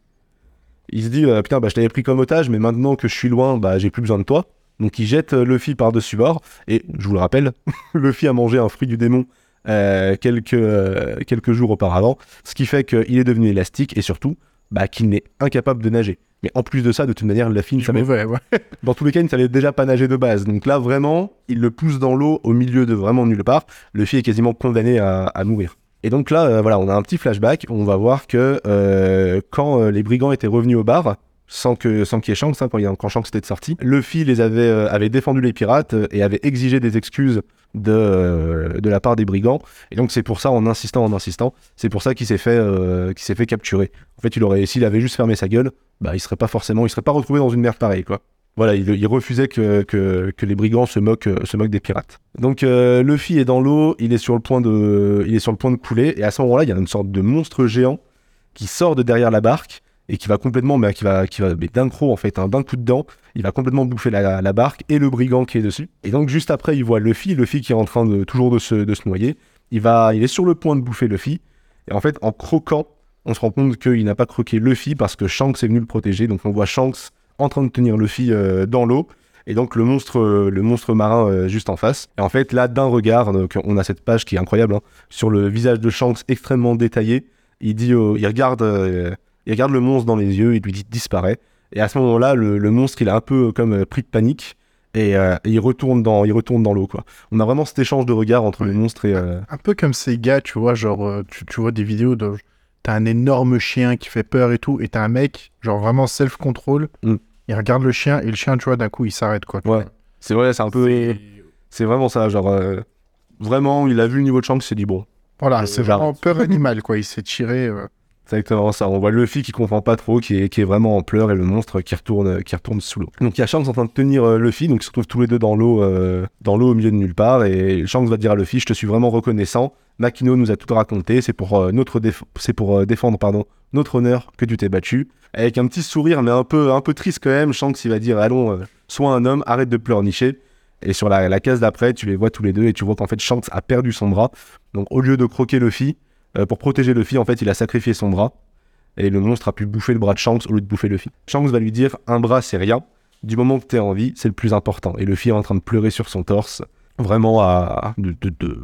Il se dit euh, putain, bah, je t'avais pris comme otage, mais maintenant que je suis loin, bah, j'ai plus besoin de toi. Donc il jette euh, Luffy par-dessus bord, et je vous le rappelle, Luffy a mangé un fruit du démon euh, quelques, euh, quelques jours auparavant, ce qui fait qu'il est devenu élastique, et surtout, bah, qu'il n'est incapable de nager. Mais en plus de ça, de toute manière, Luffy ne C'est savait, mauvais, ouais. dans tous les cas, il ne savait déjà pas nager de base. Donc là, vraiment, il le pousse dans l'eau au milieu de vraiment nulle part. Luffy est quasiment condamné à, à mourir. Et donc là, euh, voilà, on a un petit flashback, on va voir que euh, quand euh, les brigands étaient revenus au bar, sans que sans qu'il y ait Shanks, hein, quand, il y a- quand Shanks était sorti, Luffy les avait, euh, avait défendu les pirates euh, et avait exigé des excuses de, euh, de la part des brigands. Et donc c'est pour ça, en insistant, en insistant, c'est pour ça qu'il s'est fait, euh, qu'il s'est fait capturer. En fait, il aurait, s'il avait juste fermé sa gueule, bah il serait pas forcément, il serait pas retrouvé dans une merde pareille, quoi. Voilà, il, il refusait que, que, que les brigands se moquent, euh, se moquent des pirates. Donc euh, Luffy est dans l'eau, il est sur le point de, il est sur le point de couler, et à ce moment-là, il y a une sorte de monstre géant qui sort de derrière la barque et qui va complètement, mais qui va, qui va, mais d'un croc en fait, hein, d'un coup de dent, il va complètement bouffer la, la barque et le brigand qui est dessus. Et donc juste après, il voit Luffy, Luffy qui est en train de toujours de se, de se noyer. Il va, il est sur le point de bouffer Luffy, et en fait, en croquant, on se rend compte qu'il n'a pas croqué Luffy parce que Shanks est venu le protéger. Donc on voit Shanks en train de tenir Luffy euh, dans l'eau, et donc le monstre, euh, le monstre marin euh, juste en face. Et en fait, là, d'un regard, donc, on a cette page qui est incroyable, hein, sur le visage de Shanks extrêmement détaillé. Il dit, euh, il regarde, euh, il regarde le monstre dans les yeux, il lui dit disparaît. Et à ce moment-là, le, le monstre, il est un peu comme euh, pris de panique, et, euh, et il retourne dans, il retourne dans l'eau, quoi. On a vraiment cet échange de regards entre Ouais. le monstre et. Euh... Un peu comme ces gars, tu vois, genre, euh, tu, tu vois des vidéos de. T'as un énorme chien qui fait peur et tout, et t'as un mec, genre vraiment self-control, Mm. il regarde le chien, et le chien, tu vois, d'un coup, il s'arrête, quoi. Ouais. C'est vrai, c'est un peu. C'est- C'est vraiment ça, genre. euh, Vraiment, il a vu le niveau de Shanks, il s'est dit bon. Voilà, Euh, c'est j'arrête. vraiment peur animale, quoi. Il s'est tiré. euh, C'est exactement ça. On voit Luffy qui comprend pas trop, qui est, qui est vraiment en pleurs, et le monstre qui retourne, qui retourne sous l'eau. Donc il y a Shanks en train de tenir euh, Luffy, donc ils se retrouvent tous les deux dans l'eau, euh, dans l'eau au milieu de nulle part, et Shanks va dire à Luffy, je te suis vraiment reconnaissant. Makino nous a tout raconté, c'est pour euh, notre déf- c'est pour euh, défendre pardon notre honneur que tu t'es battu. Avec un petit sourire, mais un peu un peu triste quand même, Shanks il va dire allons, euh, sois un homme, arrête de pleurnicher. Et sur la, la case d'après, tu les vois tous les deux et tu vois qu'en fait Shanks a perdu son bras. Donc au lieu de croquer Luffy, euh, pour protéger Luffy, en fait il a sacrifié son bras. Et le monstre a pu bouffer le bras de Shanks au lieu de bouffer Luffy. Shanks va lui dire un bras c'est rien, du moment que t'es en vie, c'est le plus important. Et Luffy est en train de pleurer sur son torse, vraiment à, de, de, de,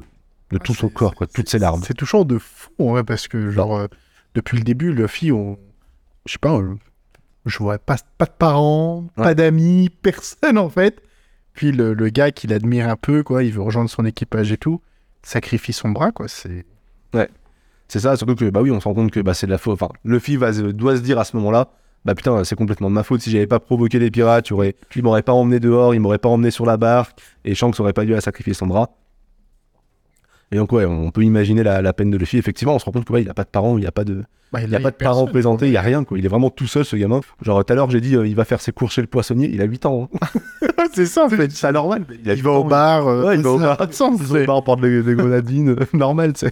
de tout son corps, quoi, toutes ses larmes. C'est touchant de fou, en vrai, parce que, genre, euh, depuis le début, Luffy, on... je sais pas, on... je vois pas, pas de parents, ouais. pas d'amis, personne, en fait. Puis le, le gars qui l'admire un peu, quoi, il veut rejoindre son équipage et tout, sacrifie son bras, quoi, c'est... Ouais, c'est ça, surtout que, bah oui, on se rend compte que bah, c'est de la faute. Enfin, Luffy va, doit se dire à ce moment-là, bah putain, c'est complètement de ma faute. Si j'avais pas provoqué les pirates, aurais... il m'aurait pas emmené dehors, il m'aurait pas emmené sur la barque, et Shanks aurait pas dû à sacrifier son bras. Et donc, ouais, on peut imaginer la, la peine de Luffy. Effectivement, on se rend compte qu'il ouais, n'y a pas de parents, il n'y a pas de, bah, il y a pas de personne, parents présentés, il n'y a rien, quoi. Il est vraiment tout seul, ce gamin. Genre, tout à l'heure, j'ai dit, euh, il va faire ses courses chez le poissonnier, il a huit ans. Hein. C'est ça, en fait. C'est normal. Il, il va au bar, euh, ouais, il va au bar, sens, il va au bar, porte des grenadines, normal, tu sais.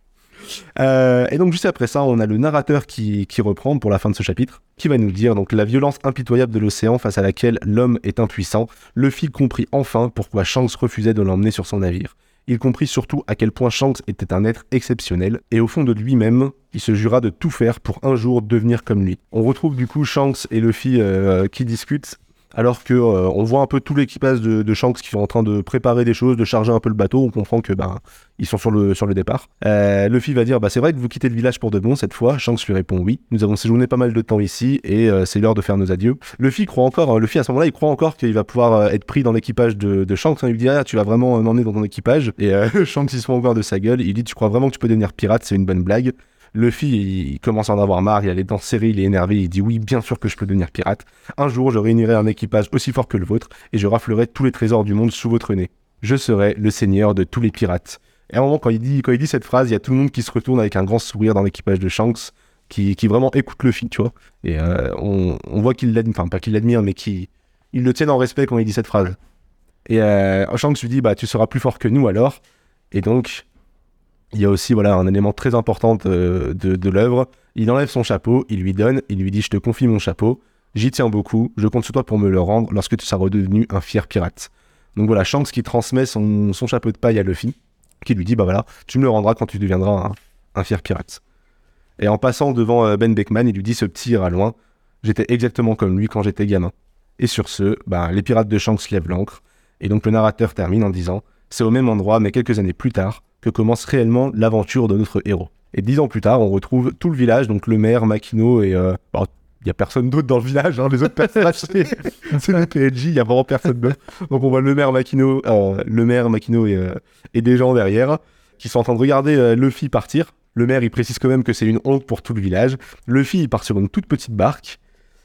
Euh, et donc juste après ça, on a le narrateur qui, qui reprend pour la fin de ce chapitre, qui va nous dire donc la violence impitoyable de l'océan face à laquelle l'homme est impuissant. Luffy comprit enfin pourquoi Shanks refusait de l'emmener sur son navire. Il comprit surtout à quel point Shanks était un être exceptionnel, et au fond de lui-même, il se jura de tout faire pour un jour devenir comme lui. On retrouve du coup Shanks et Luffy euh, qui discutent, alors que euh, on voit un peu tout l'équipage de, de Shanks qui sont en train de préparer des choses, de charger un peu le bateau. On comprend que ben ils sont sur le sur le départ. Euh, Luffy va dire bah c'est vrai que vous quittez le village pour de bon cette fois. Shanks lui répond oui. Nous avons séjourné pas mal de temps ici et euh, c'est l'heure de faire nos adieux. Luffy croit encore. Hein, Luffy à ce moment-là il croit encore qu'il va pouvoir euh, être pris dans l'équipage de, de Shanks. Hein, il lui dit ah tu vas vraiment m'emmener dans ton équipage. Et euh, Shanks il se fout encore de sa gueule. Il dit tu crois vraiment que tu peux devenir pirate, c'est une bonne blague. Luffy, il commence à en avoir marre, il a les dents serrées, il est énervé, il dit oui, bien sûr que je peux devenir pirate. Un jour, je réunirai un équipage aussi fort que le vôtre et je raflerai tous les trésors du monde sous votre nez. Je serai le seigneur de tous les pirates. Et à un moment, quand il dit, quand il dit cette phrase, il y a tout le monde qui se retourne avec un grand sourire dans l'équipage de Shanks, qui, qui vraiment écoute Luffy, tu vois. Et euh, on, on voit qu'il l'admire, enfin pas qu'il l'admire, mais qu'il il le tient en respect quand il dit cette phrase. Et euh, Shanks lui dit, bah tu seras plus fort que nous alors. Et donc... il y a aussi voilà, un élément très important de, de, de l'œuvre. Il enlève son chapeau, il lui donne, il lui dit « Je te confie mon chapeau, j'y tiens beaucoup, je compte sur toi pour me le rendre lorsque tu seras redevenu un fier pirate. » Donc voilà, Shanks qui transmet son, son chapeau de paille à Luffy, qui lui dit « Bah voilà, tu me le rendras quand tu deviendras un, un fier pirate. » Et en passant devant Ben Beckman, il lui dit « Ce petit ira loin, j'étais exactement comme lui quand j'étais gamin. » Et sur ce, bah, les pirates de Shanks lèvent l'ancre, et donc le narrateur termine en disant « C'est au même endroit, mais quelques années plus tard, que commence réellement l'aventure de notre héros. » Et dix ans plus tard, on retrouve tout le village, donc le maire, Makino et... Euh, bah, il n'y a personne d'autre dans le village, hein, les autres personnages, c'est, c'est les P N J, il n'y a vraiment personne d'autre. Donc on voit le maire Makino, euh, le maire Makino et, euh, et des gens derrière, qui sont en train de regarder euh, Luffy partir. Le maire, il précise quand même que c'est une honte pour tout le village. Luffy, il part sur une toute petite barque.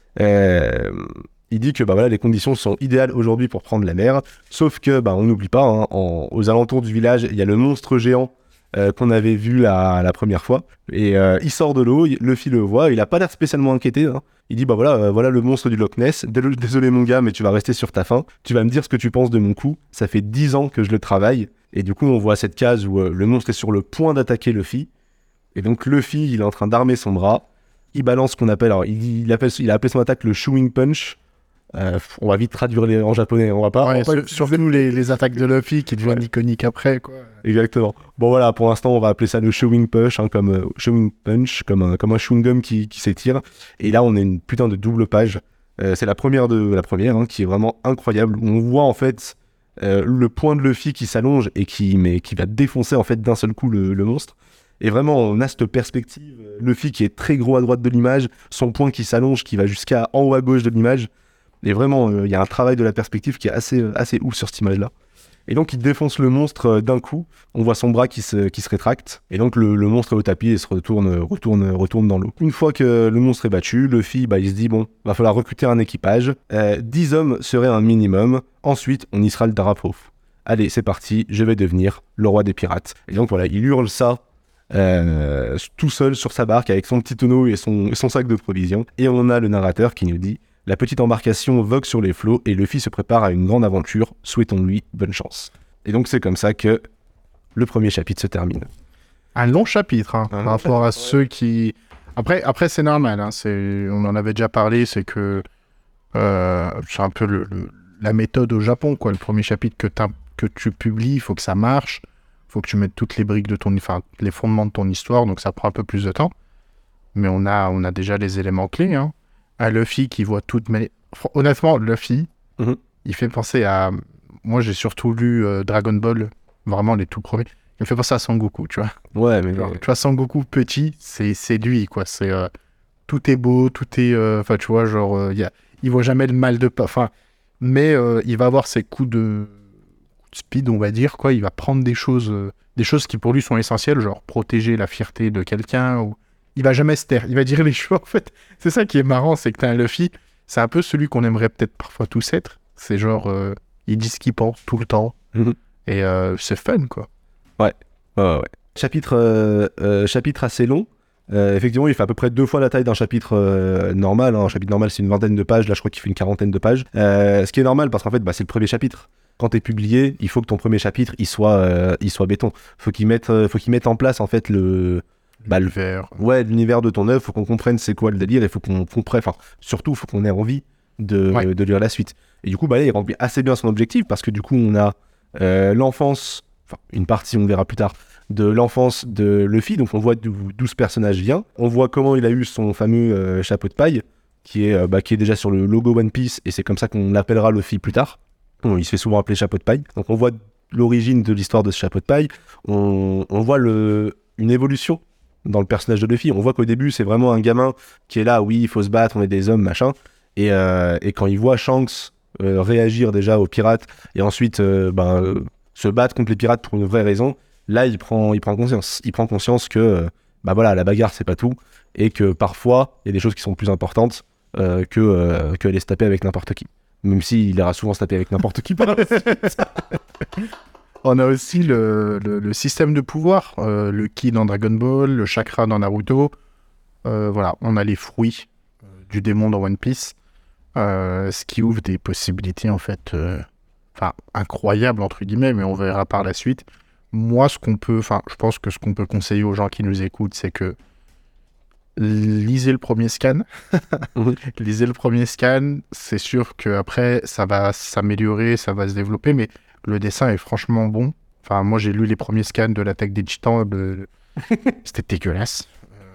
Euh... Il dit que bah, voilà, les conditions sont idéales aujourd'hui pour prendre la mer, sauf que bah, on n'oublie pas, hein, en, aux alentours du village, il y a le monstre géant euh, qu'on avait vu la, la première fois, et euh, il sort de l'eau, Luffy le voit, il a pas l'air spécialement inquiété, hein. Il dit bah voilà, euh, voilà le monstre du Loch Ness, désolé mon gars, mais tu vas rester sur ta faim, tu vas me dire ce que tu penses de mon coup, ça fait dix ans que je le travaille, et du coup on voit cette case où euh, le monstre est sur le point d'attaquer Luffy, et donc Luffy il est en train d'armer son bras, il balance ce qu'on appelle, alors il, il, appelle, il a appelé son attaque le Chewing Punch. Euh, on va vite traduire les, en japonais, on va pas... Ouais, on va pas... surtout les, les attaques de Luffy qui deviennent ouais. iconiques après, quoi. Exactement. Bon voilà, pour l'instant on va appeler ça le Chewing Punch, hein, comme euh, Chewing Punch, comme un, comme un chewing gum qui, qui s'étire. Et là on a une putain de double page. Euh, c'est la première de la première, hein, qui est vraiment incroyable. On voit en fait euh, le poing de Luffy qui s'allonge et qui, mais, qui va défoncer en fait d'un seul coup le, le monstre. Et vraiment, on a cette perspective. Luffy qui est très gros à droite de l'image, son poing qui s'allonge, qui va jusqu'à en haut à gauche de l'image. Et vraiment, il euh, y a un travail de la perspective qui est assez, euh, assez ouf sur cette image-là. Et donc, il défonce le monstre euh, d'un coup. On voit son bras qui se, qui se rétracte. Et donc, le, le monstre est au tapis et se retourne, retourne, retourne dans l'eau. Une fois que le monstre est battu, Luffy, bah, il se dit, bon, va falloir recruter un équipage. Euh, dix hommes seraient un minimum. Ensuite, on hissera le drapeau. Allez, c'est parti, je vais devenir le roi des pirates. Et donc, voilà, il hurle ça euh, tout seul sur sa barque avec son petit tonneau et son, et son sac de provisions. Et on a le narrateur qui nous dit... La petite embarcation vogue sur les flots et Luffy se prépare à une grande aventure. Souhaitons-lui bonne chance. Et donc c'est comme ça que le premier chapitre se termine. Un long chapitre, hein, un par rapport à ceux qui... Après, après c'est normal, hein, c'est... on en avait déjà parlé, c'est que euh, c'est un peu le, le, la méthode au Japon, quoi. Le premier chapitre que, que tu publies, il faut que ça marche, il faut que tu mettes toutes les briques de ton... Enfin, les fondements de ton histoire, donc ça prend un peu plus de temps. Mais on a, on a déjà les éléments clés, hein. À Luffy qui voit toute... Mais... Honnêtement, Luffy, mm-hmm. il fait penser à... Moi, j'ai surtout lu euh, Dragon Ball, vraiment les tout premiers. Il me fait penser à Sangoku, tu vois. Ouais, mais... Genre, tu vois, Sangoku petit, c'est, c'est lui, quoi. C'est, euh, tout est beau, tout est... Enfin, euh, tu vois, genre, euh, y a, il voit jamais le mal de... Enfin, mais euh, il va avoir ses coups de... speed, on va dire, quoi. Il va prendre des choses, euh, des choses qui pour lui sont essentielles, genre protéger la fierté de quelqu'un, ou... Il va jamais se taire, il va dire les choses, en fait. C'est ça qui est marrant, c'est que t'as un Luffy, c'est un peu celui qu'on aimerait peut-être parfois tous être. C'est genre, euh, il dit ce qu'il pense tout le temps, Mhm. et euh, c'est fun, quoi. Ouais, ouais, ouais. Chapitre, euh, euh, chapitre assez long. Euh, effectivement, il fait à peu près deux fois la taille d'un chapitre euh, normal. Hein. Un chapitre normal, c'est une vingtaine de pages. Là, je crois qu'il fait une quarantaine de pages. Euh, ce qui est normal, parce qu'en fait, bah, c'est le premier chapitre. Quand t'es publié, il faut que ton premier chapitre, il soit, euh, il soit béton. Faut qu'il mette, euh, faut qu'il mette en place, en fait, le... Bah, le L'univers. Ouais, l'univers de ton œuvre. Faut qu'on comprenne c'est quoi le délire. Et faut qu'on comprenne... Enfin, surtout, faut qu'on ait envie de, Ouais. euh, de lire la suite. Et du coup, bah, là, il remplit assez bien son objectif, parce que du coup, on a euh, l'enfance... Enfin, une partie, on verra plus tard, de l'enfance de Luffy, donc on voit d'où, d'où ce personnage vient, on voit comment il a eu son fameux euh, chapeau de paille, qui est, euh, bah, qui est déjà sur le logo One Piece, et c'est comme ça qu'on l'appellera Luffy plus tard. Bon, il se fait souvent appeler chapeau de paille, donc on voit l'origine de l'histoire de ce chapeau de paille, on, on voit le, une évolution dans le personnage de Luffy, on voit qu'au début c'est vraiment un gamin qui est là, oui, il faut se battre, on est des hommes, machin, et, euh, et quand il voit Shanks euh, réagir déjà aux pirates, et ensuite euh, ben, euh, se battre contre les pirates pour une vraie raison, là il prend, il prend conscience. Il prend conscience que euh, bah voilà, la bagarre c'est pas tout, et que parfois il y a des choses qui sont plus importantes euh, que, euh, que aller se taper avec n'importe qui. Même s'il ira souvent se taper avec n'importe qui par la suite. On a aussi le, le, le système de pouvoir, euh, le ki dans Dragon Ball, le chakra dans Naruto. Euh, voilà, on a les fruits euh, du démon dans One Piece, euh, ce qui ouvre des possibilités en fait, euh, enfin incroyables entre guillemets, mais on verra par la suite. Moi, ce qu'on peut, enfin, je pense que ce qu'on peut conseiller aux gens qui nous écoutent, c'est que lisez le premier scan. Oui. Lisez le premier scan, c'est sûr qu'après, ça va s'améliorer, ça va se développer, mais le dessin est franchement bon. Enfin, moi, j'ai lu les premiers scans de l'attaque des titans, le... c'était dégueulasse. Euh,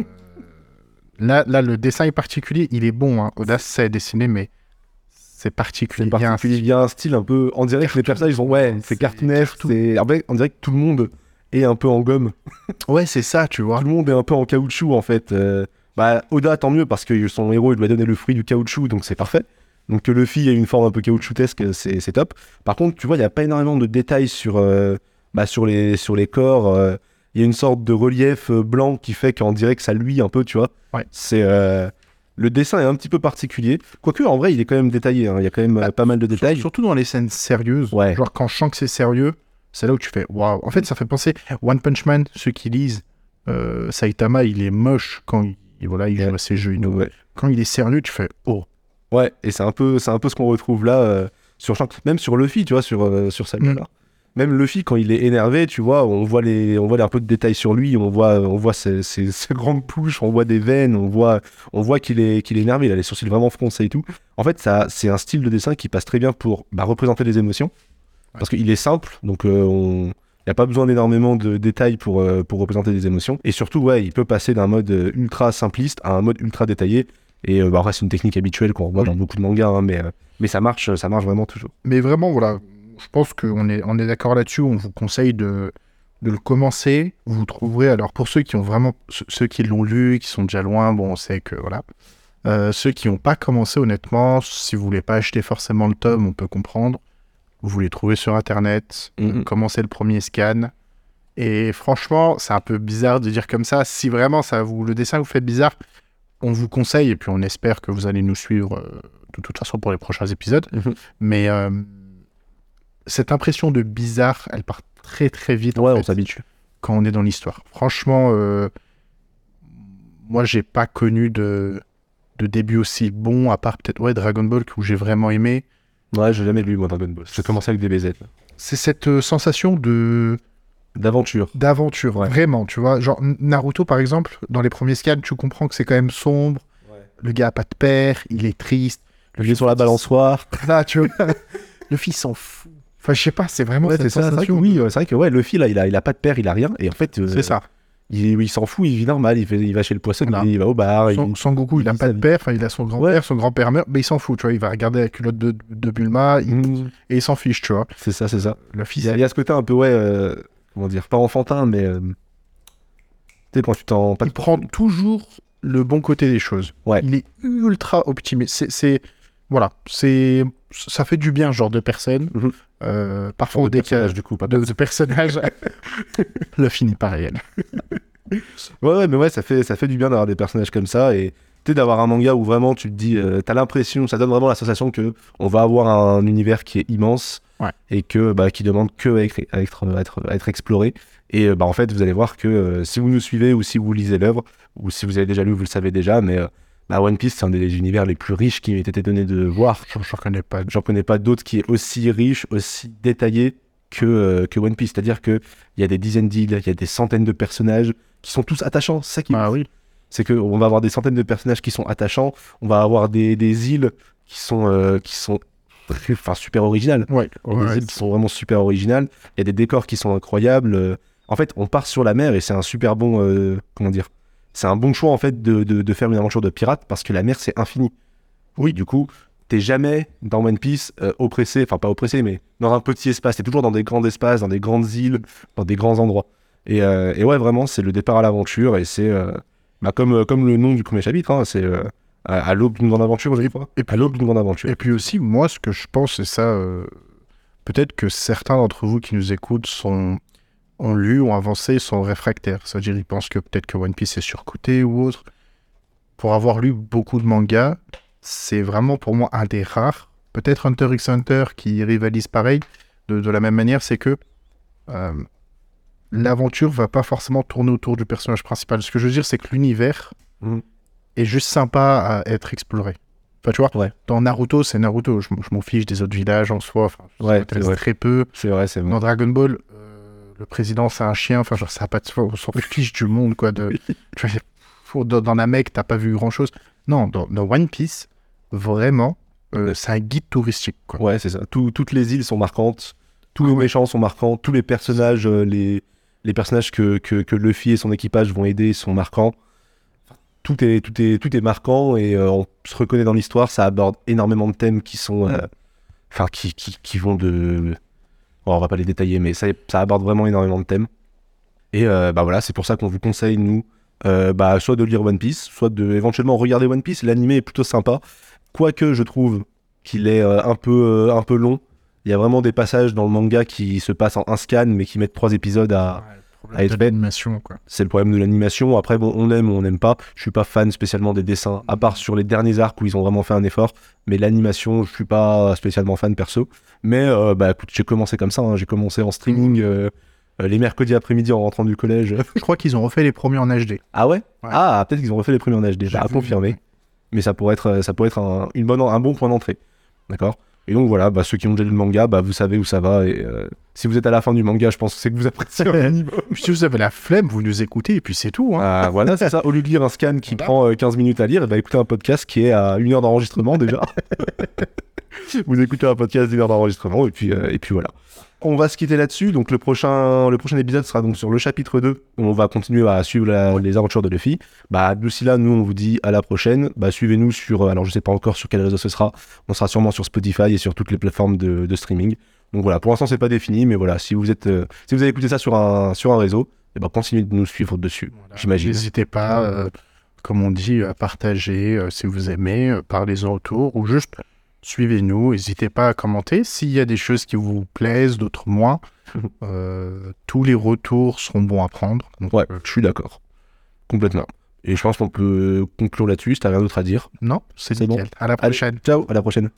Là, là, le dessin est particulier, il est bon. Hein. Oda sait dessiner, mais c'est particulier. C'est Il y a un particulier, style- il y a un style un peu... On dirait que les personnages, ils sont... Ouais, c'est C'est cartoonesque, cartoon. c'est... En fait, on dirait que tout le monde est un peu en gomme. Ouais, c'est ça, tu vois. Tout le monde est un peu en caoutchouc, en fait. Euh, bah, Oda, tant mieux, parce que son héros, il lui a donné le fruit du caoutchouc, donc c'est parfait. Donc que Luffy ait une forme un peu caoutchoutesque, c'est, c'est top. Par contre, tu vois, il n'y a pas énormément de détails sur, euh, bah, sur, les, sur les corps. euh, Il y a une sorte de relief euh, blanc qui fait qu'on dirait que ça luit un peu, tu vois. Ouais. C'est... euh, Le dessin est un petit peu particulier. Quoique, en vrai, il est quand même détaillé. hein. Il y a quand même euh, Bah, pas mal de Sur- détails. Surtout dans les scènes sérieuses. Ouais. Genre, quand je sens que c'est sérieux, c'est là où tu fais waouh. En fait, ça fait penser One Punch Man, ceux qui lisent. euh, Saitama, il est moche quand il, et voilà, il Ouais. joue à ses jeux et tout. Ouais. Quand il est sérieux, tu fais oh. Ouais, et c'est un peu, c'est un peu ce qu'on retrouve là, euh, sur Shanks. Même sur Luffy, tu vois, sur, euh, sur celle-là. Mm. Même Luffy, quand il est énervé, tu vois, on voit, les, on voit les- un peu de détails sur lui, on voit, on voit ses, ses- ses grandes pouches, on voit des veines, on voit, on voit qu'il est, qu'il est énervé, il a les sourcils vraiment froncés et tout. En fait, ça, c'est un style de dessin qui passe très bien pour bah, représenter les émotions, parce qu'il est simple, donc euh, on... Il n'y a pas besoin d'énormément de détails pour, euh, pour représenter des émotions. Et surtout, ouais, il peut passer d'un mode euh, ultra simpliste à un mode ultra détaillé. Et euh, bah, après, c'est une technique habituelle qu'on voit Oui. dans beaucoup de mangas, hein, mais, euh, mais ça marche, ça marche vraiment toujours. Mais vraiment, voilà, je pense qu'on est, on est d'accord là-dessus. On vous conseille de, de le commencer. Vous trouverez, alors pour ceux qui ont vraiment, ceux- ceux qui l'ont lu, qui sont déjà loin, bon, on sait que voilà. Euh, ceux qui n'ont pas commencé, honnêtement, si vous voulez pas acheter forcément le tome, on peut comprendre. Vous les trouvez sur Internet, Mhm. commencez le premier scan. Et franchement, c'est un peu bizarre de dire comme ça. Si vraiment ça vous, le dessin vous fait bizarre, on vous conseille, et puis on espère que vous allez nous suivre euh, de toute façon pour les prochains épisodes. Mhm. Mais euh, cette impression de bizarre, elle part très très vite en Ouais, fait, on s'habitue. quand on est dans l'histoire. Franchement, euh, moi j'ai pas connu de, de début aussi bon, à part peut-être ouais, Dragon Ball, où j'ai vraiment aimé. Ouais, j'ai jamais lu, moi, Dragon Ball. J'ai commencé avec des B Z. là. C'est cette euh, sensation de D'aventure. d'aventure, Ouais. vraiment, tu vois. Genre N- Naruto, par exemple, dans les premiers scans, tu comprends que c'est quand même sombre. Le gars a pas de père, il est triste. Le jeu sur la balançoire. Là, tu vois. Le fils s'en fout. Enfin, je sais pas, c'est vraiment Ouais, cette c'est ça. C'est vrai que sensation. oui, euh, c'est vrai que ouais, Luffy, là, il a, il a pas de père, il a rien. Et en fait, euh, C'est ça. Il, il s'en fout, il vit normal. Il, fait, il va chez le poissonnier, Voilà. il va au bar. Son, il... Sangoku, il a il pas de s'habille. père, enfin, il a son grand-père, son grand-père meurt, mais il s'en fout, tu vois. Il va regarder la culotte de, de Bulma il- Mhm. et il s'en fiche, tu vois. C'est ça, c'est ça. Le Il fils, y, a, il y a ce côté un peu, ouais, euh, comment dire, pas enfantin, mais euh, tu sais, quand tu t'en... Pas Il prend toujours le bon côté des choses. Ouais. Il est ultra optimiste. C'est, c'est, voilà, c'est, ça fait du bien, ce genre de personne. Mhm. Euh, parfois, de au décalage personnage, du coup, pas de, de personnages, le film n'est pas réel. Ouais, ouais, mais ouais, ça fait, ça fait du bien d'avoir des personnages comme ça et tu sais, d'avoir un manga où vraiment tu te dis, euh, t'as l'impression, ça donne vraiment la sensation que on va avoir un univers qui est immense Ouais. et que bah, qui demande que à être, à être, à être, à être exploré. Et euh, bah, en fait, vous allez voir que euh, si vous nous suivez ou si vous lisez l'œuvre ou si vous avez déjà lu, vous le savez déjà, mais euh, bah, One Piece, c'est un des univers les plus riches qui m'ait été donné de voir. Je ne connais pas. J'en connais pas d'autres qui est aussi riche, aussi détaillé que, euh, que One Piece. C'est-à-dire qu'il y a des dizaines d'îles, il y a des centaines de personnages qui sont tous attachants. C'est ça qui est Ah ouf. oui. C'est qu'on va avoir des centaines de personnages qui sont attachants, on va avoir des, des îles qui sont, euh, qui sont très, enfin, super originales. Ouais. Il y a des ouais. îles qui sont vraiment super originales, il y a des décors qui sont incroyables. euh. En fait, on part sur la mer et c'est un super bon... euh, comment dire C'est un bon choix, en fait, de, de, de faire une aventure de pirate parce que la mer, c'est infini. Oui, du coup, t'es jamais dans One Piece euh, oppressé, enfin pas oppressé, mais dans un petit espace. T'es toujours dans des grands espaces, dans des grandes îles, dans des grands endroits. Et, euh, et ouais, vraiment, c'est le départ à l'aventure et c'est... euh, Bah comme, euh, comme le nom du premier chapitre, hein, c'est euh, à, à l'aube d'une grande aventure, je crois. Et puis, À l'aube d'une grande aventure. et puis aussi, moi, ce que je pense, c'est ça. euh, peut-être que certains d'entre vous qui nous écoutent sont, ont lu, ont avancé, sont réfractaires. C'est-à-dire, ils pensent que peut-être que One Piece est surcoté ou autre. Pour avoir lu beaucoup de mangas, c'est vraiment pour moi un des rares. Peut-être Hunter x Hunter qui rivalise pareil. De, de la même manière, c'est que euh, l'aventure va pas forcément tourner autour du personnage principal. Ce que je veux dire, c'est que l'univers Mhm. est juste sympa à être exploré. Enfin, tu vois, Ouais. dans Naruto, c'est Naruto. Je, m- je m'en fiche des autres villages en soi. Enfin, ça Ouais, m'intéresse c'est vrai. très peu. C'est vrai, c'est vrai. Dans Dragon Ball, euh, le président, c'est un chien. Enfin, genre, ça a pas de... On s'en fiche du monde, quoi. De... Tu vois, faut- dans, dans Namek, t'as pas vu grand-chose. Non, dans, dans One Piece, vraiment, euh, c'est un guide touristique, quoi. Ouais, c'est ça. Tout- toutes les îles sont marquantes, tous les Ah ouais. méchants sont marquants, tous les personnages, euh, les, les personnages que, que, que Luffy et son équipage vont aider sont marquants. Tout est, tout est, tout est marquant et euh, on se reconnaît dans l'histoire. Ça aborde énormément de thèmes qui sont... euh, Enfin, qui, qui, qui vont de... Bon, on va pas les détailler, mais ça, ça aborde vraiment énormément de thèmes. Et euh, bah voilà, c'est pour ça qu'on vous conseille, nous, euh, bah, soit de lire One Piece, soit de éventuellement regarder One Piece. L'animé est plutôt sympa, quoique je trouve qu'il est euh, un, peu, euh, un peu long. Il y a vraiment des passages dans le manga qui se passent en un scan, mais qui mettent trois épisodes à... à être fait. L'animation, quoi. C'est le problème de l'animation. Après, bon, on aime ou on n'aime pas. Je suis pas fan spécialement des dessins, à part sur les derniers arcs où ils ont vraiment fait un effort. Mais l'animation, je suis pas spécialement fan perso. Mais euh, bah écoute, j'ai commencé comme ça. hein. J'ai commencé en streaming euh, euh, les mercredis après-midi en rentrant du collège. Je crois qu'ils ont refait les premiers en H D. Ah ouais, Ouais. Ah, peut-être qu'ils ont refait les premiers en H D. J'ai À vu. confirmer. Mais ça pourrait être, ça pourrait être un, une bonne, un bon point d'entrée. D'accord. Et donc voilà, bah, ceux qui ont déjà lu le manga, bah, vous savez où ça va. Et euh, si vous êtes à la fin du manga, je pense que c'est que vous appréciez un minimum. Si vous avez la flemme, vous nous écoutez et puis c'est tout. Hein. Ah, voilà, c'est ça. Au lieu de lire un scan qui Voilà. prend euh, quinze minutes à lire, et bah, écoutez un podcast qui est à une heure d'enregistrement déjà. Vous écoutez un podcast d'une heure d'enregistrement et puis, euh, et puis voilà. On va se quitter là-dessus. Donc le prochain, le prochain épisode sera donc sur le chapitre deux. Où on va continuer à suivre la- les aventures de Luffy. Bah, d'ici là, nous, on vous dit à la prochaine. Bah, suivez-nous sur... euh, Alors, je sais pas encore sur quel réseau ce sera. On sera sûrement sur Spotify et sur toutes les plateformes de, de streaming. Donc voilà, pour l'instant, c'est pas défini. Mais voilà, si vous êtes, euh, si vous avez écouté ça sur un, sur un réseau, et bah, continuez de nous suivre dessus, Voilà. j'imagine. N'hésitez pas, euh, comme on dit, à partager euh, si vous aimez, euh, parlez-en autour ou juste suivez-nous. N'hésitez pas à commenter s'il y a des choses qui vous plaisent, d'autres moins. Euh, tous les retours seront bons à prendre. Donc, Ouais, euh, je suis d'accord. Complètement. Et je pense qu'on peut conclure là-dessus, si t'as rien d'autre à dire. non, c'est C'est bon. nickel. À la Allez, prochaine. ciao, à la prochaine.